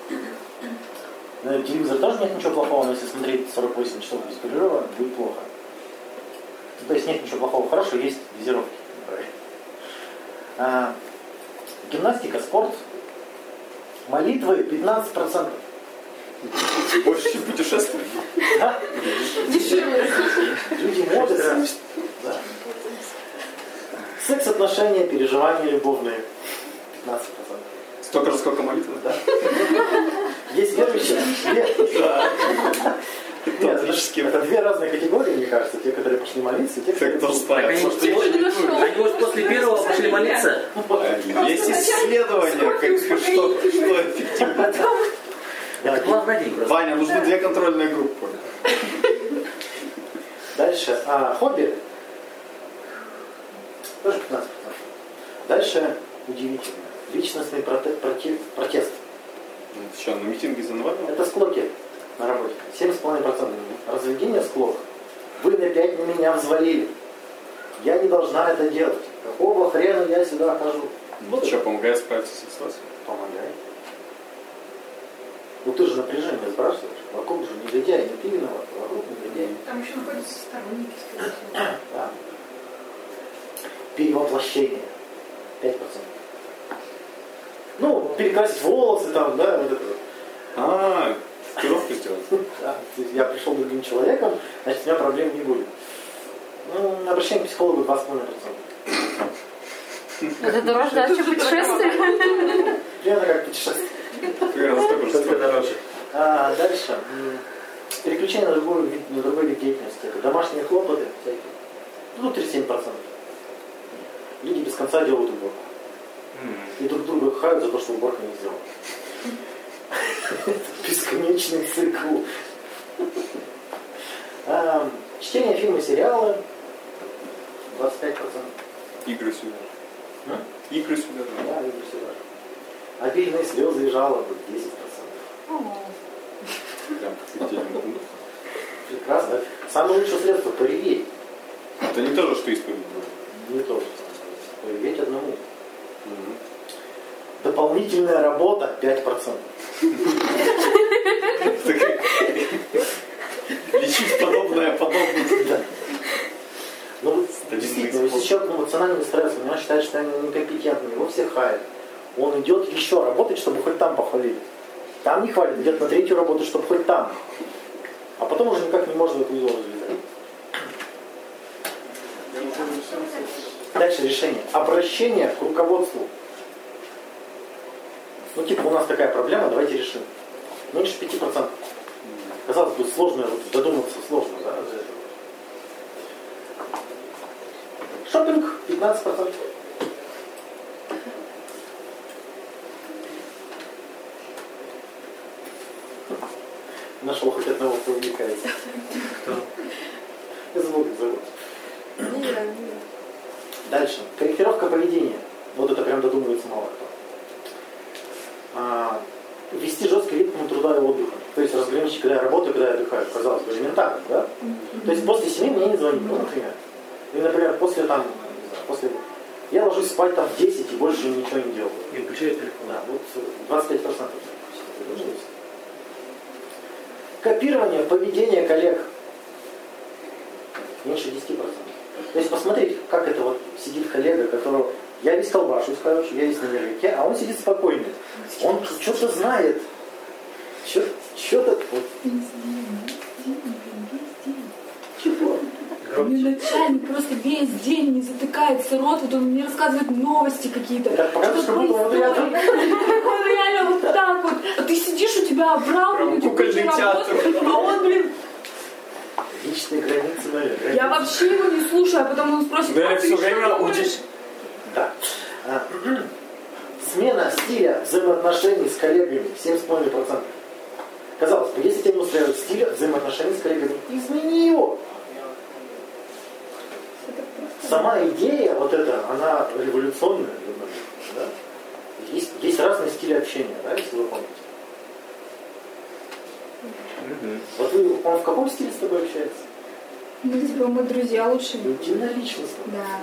На телевизор тоже нет ничего плохого, но если смотреть сорок восемь часов без перерыва, будет плохо. То есть нет ничего плохого. Хорошо, есть дозировки. А, гимнастика, спорт, молитвы пятнадцать процентов. Больше, чем путешествий. Да? Люди молятся. Да. Секс, отношения, переживания любовные пятнадцать процентов. Столько же, сколько молитвы? Да. Есть верующие. Да. Нет, это, это две разные категории, мне кажется. Те, которые пошли молиться, и те, которые... Кто знает. Они, они вот после первого пошли молиться. Есть исследования, как, что, что эффективно. Это была в день просто. Ваня, нужны две контрольные группы. Дальше. А, хобби. Тоже пятнадцать процентов. Дальше удивительно. Личностный проте- проте- протест. Ну, что, на митинге за Навального? Это склоки на работе. семь с половиной процентов. Разведение склок. Вы опять на меня взвалили. Я не должна это делать. Какого хрена я сюда хожу? Вот что, помогает справиться с ситуацией? Помогает. Ну ты же напряжение сбрасываешь. Вокруг же негодяй, не ты виноват, вокруг негодяй. Там еще находятся сторонники, скорее всего. Да. Перевоплощение. пять процентов. Ну, перекрасить волосы там, да, вот это вот. А, татуировки сделать. Да, я пришел другим человеком, значит, у меня проблем не будет. Ну, обращение к психологу два с половиной процента. Это дороже, да, чем путешествие? Примерно как путешествие. Примерно столько же Только стоит. дороже. А дальше. М, Переключение на другой вид, на другой вид деятельности. Это домашние хлопоты всякие. Ну, тридцать семь процентов. Люди без конца делают уборку. И друг друга хают за то, что уборка не сделана. Бесконечный цикл. А, Чтение фильма, сериалы. двадцать пять процентов. Игры сюда. М? Игры сюда. Да, игры сюда. Обильные слезы и жалобы десять процентов. Прям как отдельный. Прекрасно. Самое лучшее средство – пореветь. Это не то же, что исповедь. Не то же. Пореветь одному. Дополнительная работа пять процентов. Лечить подобное подобное. Да. Ну вот действительно, если человек эмоциональный стресс, у него считает, что он некомпетентный, его все хаят. Он идет еще работать, чтобы хоть там похвалили. Там не хвалит, идет на третью работу, чтобы хоть там. А потом уже никак не может эту узор развязать. Дальше решение. Обращение к руководству. Ну типа у нас такая проблема, давайте решим. Меньше пяти процентов. Казалось бы, сложно, вот, додуматься сложно, да, за это. Шопинг пятнадцать процентов. Нашел хоть одного, кто увлекается. Кто? Я забыл, как зовут. Дальше. Корректировка поведения. Вот это прям додумывается мало кто. А, ввести жесткий ритм труда и отдыха. То есть разграничить, когда я работаю, когда я отдыхаю. Казалось бы, элементарно, да? То есть после семи мне не звонить, ну, например. И, например, после там, не знаю, после... Я ложусь спать там в десять и больше ничего не делаю. И включает телефон. Да, вот двадцать пять процентов. Копирование поведения коллег. Меньше десяти процентов. То есть посмотреть, как это вот сидит коллега, которого я весь колбашусь, короче, я весь на нервике, а он сидит спокойный. Он что-то знает. Что-то... Вот. Чего? У меня начальник просто весь день не затыкается рот, вот он мне рассказывает новости какие-то. Так показывает, что будто вот я тут... Он реально вот так вот. А ты сидишь, у тебя обрал, кукольный театр. а он, блин, Личные границы, наверное. я вообще его не слушаю, а потом он спросит, Да, а я ты все что время думаешь? учишь. Да. А, смена стиля взаимоотношений с коллегами семь с половиной процентов. Казалось бы, если тебя не устраивает стиль взаимоотношений с коллегами, измени его. Сама идея, вот эта, она революционная. Да? Есть, есть разные стили общения, да, если вы помните. Угу. Вот вы, он в каком стиле с тобой общается? Ну, типа, мы друзья лучше. Единоличностно. Да.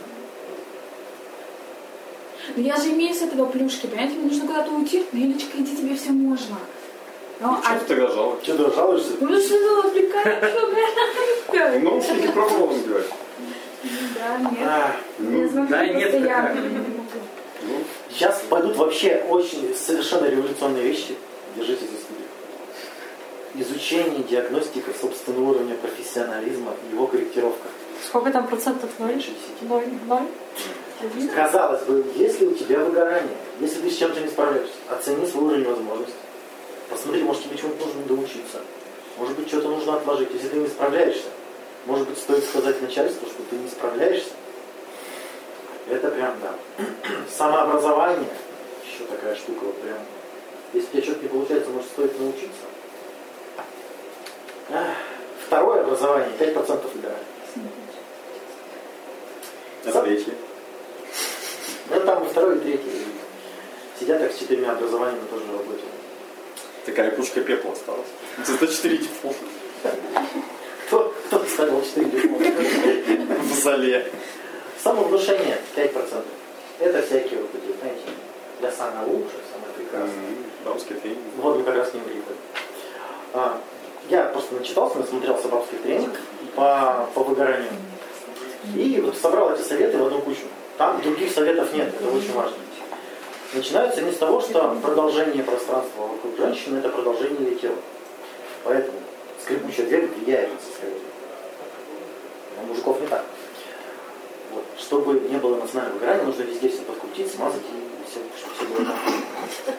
Но я же имею с этого плюшки, понимаете? Мне нужно куда-то уйти. Ну, Юлечка, иди, тебе все можно. Ну, Что ты тогда жалуешься? Что ты жалуешься? Ну, что ты отвлекаешься? Ну, что ты пробовал делать? Да, нет. А, Я смотрю да, нет, постоянно. как. Ну, сейчас пойдут вообще очень совершенно революционные вещи. Держите за студию. Изучение, диагностика собственного уровня профессионализма и его корректировка. Сколько там процентов? Ноль? Меньше десяти. Ноль? Ноль? Один? Казалось бы, если у тебя выгорание, если ты с чем-то не справляешься, оцени свой уровень возможностей. Посмотри, может тебе чему-то нужно доучиться. Может быть, что-то нужно отложить. Если ты не справляешься, может быть, стоит сказать начальству, что ты не справляешься. Это прям, да. Самообразование. Еще такая штука, вот прям. Если у тебя что-то не получается, может, стоит научиться. Второе образование, пять процентов играет. а третье? Ну, там и второй, и третий. Сидят так с четырьмя образованиями тоже работают. Такая кучка пепла осталась. Зато четыре диплома. Кто, кто ставил четыре диплома? В зале. Самовнушение пять процентов. Это всякие вот эти, знаете, я самая лучшая, самая прекрасная. Дамский тренинг. Вот мы как раз не говорим. начитался, насмотрелся бабских тренингов по, по выгоранию. И вот собрал эти советы в одну кучу. Там других советов нет, это очень важно. Начинаются они с того, что продолжение пространства вокруг женщины – это продолжение ее тела. Поэтому скрипучая дверь влияет на состояние. Но у мужиков не так. Вот. Чтобы не было эмоционального выгорания, нужно везде все подкрутить, смазать и все, чтобы все было так.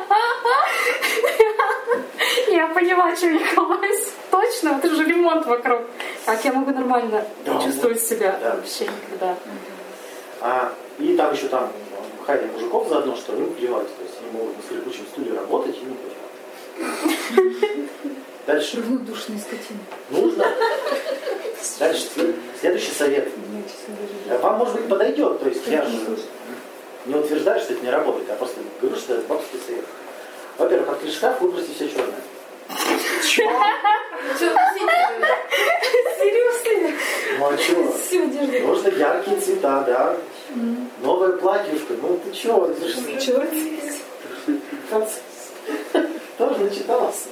Я поняла, что Николай. Точно, это же ремонт вокруг. Как я могу нормально Да, чувствовать вот, себя? да. Вообще никогда. А, и там еще там хайли мужиков заодно, что им плевать. То есть они могут на скрипучем стуле работать и не плевать. Дальше. Равнодушные скотины. Нужно. Дальше. Следующий совет. Вам, может быть, подойдет. То есть я же не утверждаю, что это не работает. Я просто говорю, что это бабский совет. Во-первых, открыть шкаф, выбросить все черное. Серьезно? Ну а чего? Всю одежду. Нужно яркие цвета, да. Новое платьюшко. Ну ты чего? Ты же Чего? тоже начитался.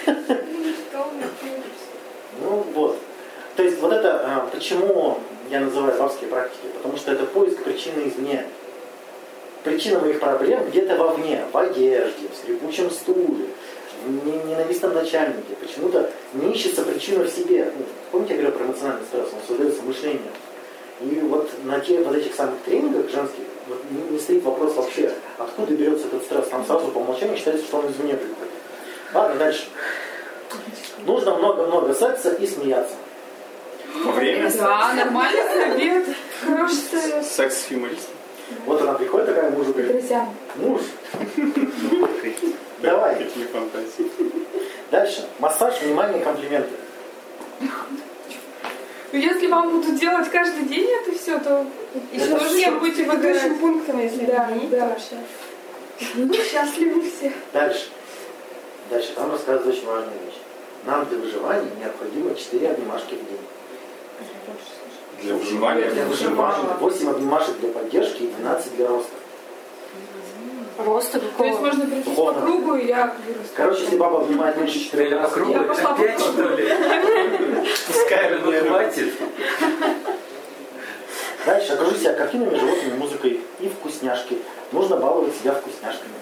Ну вот. То есть вот это, а, почему я называю бабские практики? Потому что это поиск причины извне. Причина моих проблем где-то вовне, в одежде, в скрипучем стуле, в ненавистном начальнике. Почему-то не ищется причина в себе. Ну, помните, я говорил про эмоциональный стресс, он создается мышлением. И вот на тех вот этих самых тренингах женских вот, не, не стоит вопрос вообще, откуда берется этот стресс. Нам сразу по умолчанию считается, что он извне приходит. Ладно, дальше. Нужно много-много секса и смеяться. Во время Да, нормальный совет. Хороший совет. секс с юмористом. Вот она приходит такая мужу говорит, Друзья. муж, давай. Какие фантазии. Дальше. Массаж, внимание, комплименты. Ну, если вам будут делать каждый день это все, то Это еще все всё. будете выгорать пунктом, если да, да. вообще. Ну, счастливы все. Дальше. Дальше. Там рассказывают очень важную вещь. Нам для выживания необходимо четыре обнимашки в день. Для выживания? Для выживания. восемь обнимашек для поддержки и двенадцать для роста. Роста То есть какого? можно прийти по Духовно. кругу, и я вырасту. Короче, если баба обнимает меньше четырех раз, По кругу, Я пошла по опять что ли? Пускай ну хватит. дальше окружи себя картинами, животными, музыкой и вкусняшки. Нужно баловать себя вкусняшками.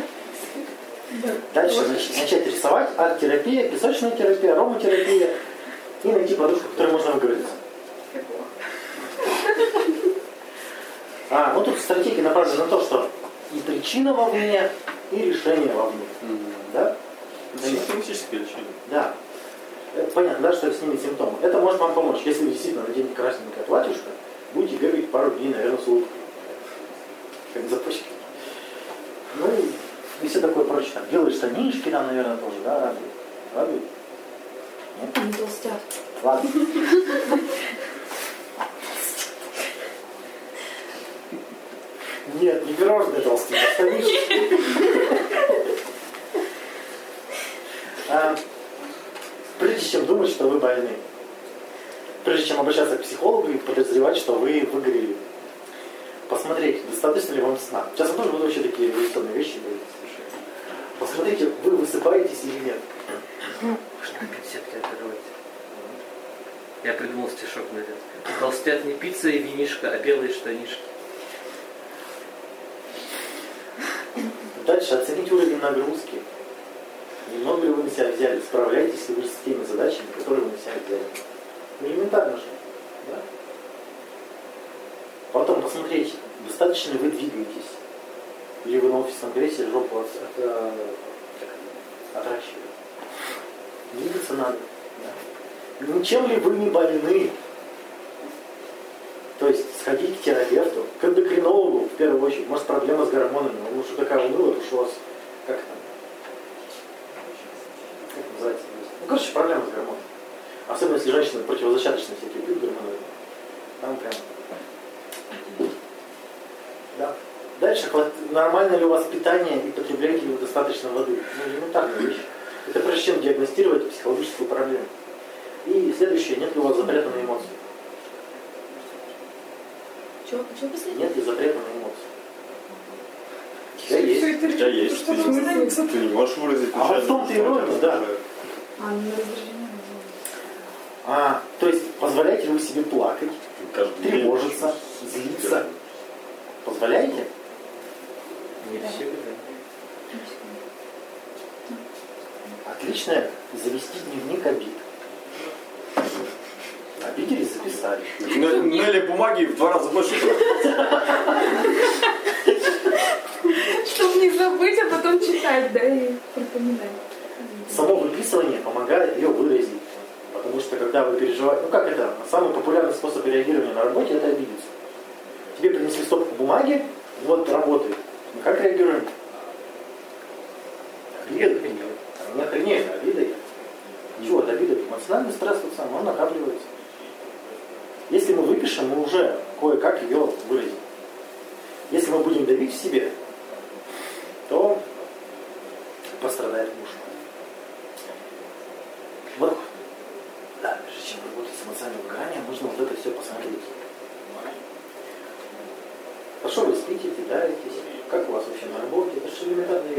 Дальше нач- начать рисовать, арт-терапия, песочная терапия, ароматерапия и найти подушку, в которой можно выговориться. А, ну тут стратегия направлена на то, что и причина вовне, и решение вовне. Да? Симптоматическое лечение. Да. Это понятно, да, что это снимет симптомы. Это может вам помочь. Если вы действительно наденете красненькое платьюшко, будете бегать пару дней, наверное, с улыбкой. Как запачки. Ну и все такое прочее. Там, белые штанишки там, наверное, тоже, да, радует. Радует? Нет? Они толстят. Ладно. Нет, не пирожные толстые, а штанишки. А, прежде чем думать, что вы больны, прежде чем обращаться к психологу и подозревать, что вы выгорели, посмотреть, достаточно ли вам сна. Сейчас я тоже буду вообще такие революционные вещи говорить. Посмотрите, вы высыпаетесь или нет. Можно конфетки оторвать. Я придумал стишок, наверное. Толстят не пицца и винишко, а белые штанишки. Дальше оценить уровень нагрузки. Немного ли вы на себя взяли? Справляетесь ли вы с теми задачами, которые вы на себя взяли? Ну, элементарно же. Да? Потом посмотреть, достаточно ли вы двигаетесь. Или вы на офисном кресте жопу от, от, от, отращиваете. Двигаться надо. Да? Ничем ли вы не больны? То есть сходить к терапевту, к эндокринологу в первую очередь. Может, проблема с гормонами. Ну, что такая уныла, потому что у вас как там? Как называется? Ну, короче, проблема с гормонами. Особенно если женщины противозачаточные всякие пьют гормоны. Там прям. Да. Дальше, нормально ли у вас питание и потребляете ли вы достаточно воды? Ну, элементарная вещь. Это прежде чем диагностировать психологическую проблему. И следующее, нет ли у вас запрета на эмоции? Чего, чего последнее? Нет ли запрета на эмоции? У тебя есть. У тебя есть, ты, не- ты не можешь выразить А вот в том-то и ирония, да. А, ну, раздражение. А, то есть позволяете ли вы себе плакать, тревожиться, злиться? Позволяете? Не всегда. Отлично завести дневник обид. Обиделись, записали. Нелли бумаги в два раза больше. Чтобы не забыть, а потом читать, да, и припоминать. Само выписывание помогает ее выразить. Потому что когда вы переживаете... Ну как это? Самый популярный способ реагирования на работе — это обидеться. Тебе принесли стопку бумаги, вот работает. Мы как реагируем? Обидой. Не охренели, обидой. Чего от обиды? Эмоциональный стресс тот самый, он накапливается. Если мы выпишем, мы уже кое-как ее выразим. Если мы будем давить в себе, то пострадает муж. Вот. Да, прежде чем работать с эмоциональным выгоранием, нужно вот это все посмотреть. Хорошо вы спите, питаетесь, как у вас вообще на работе, это же элементарные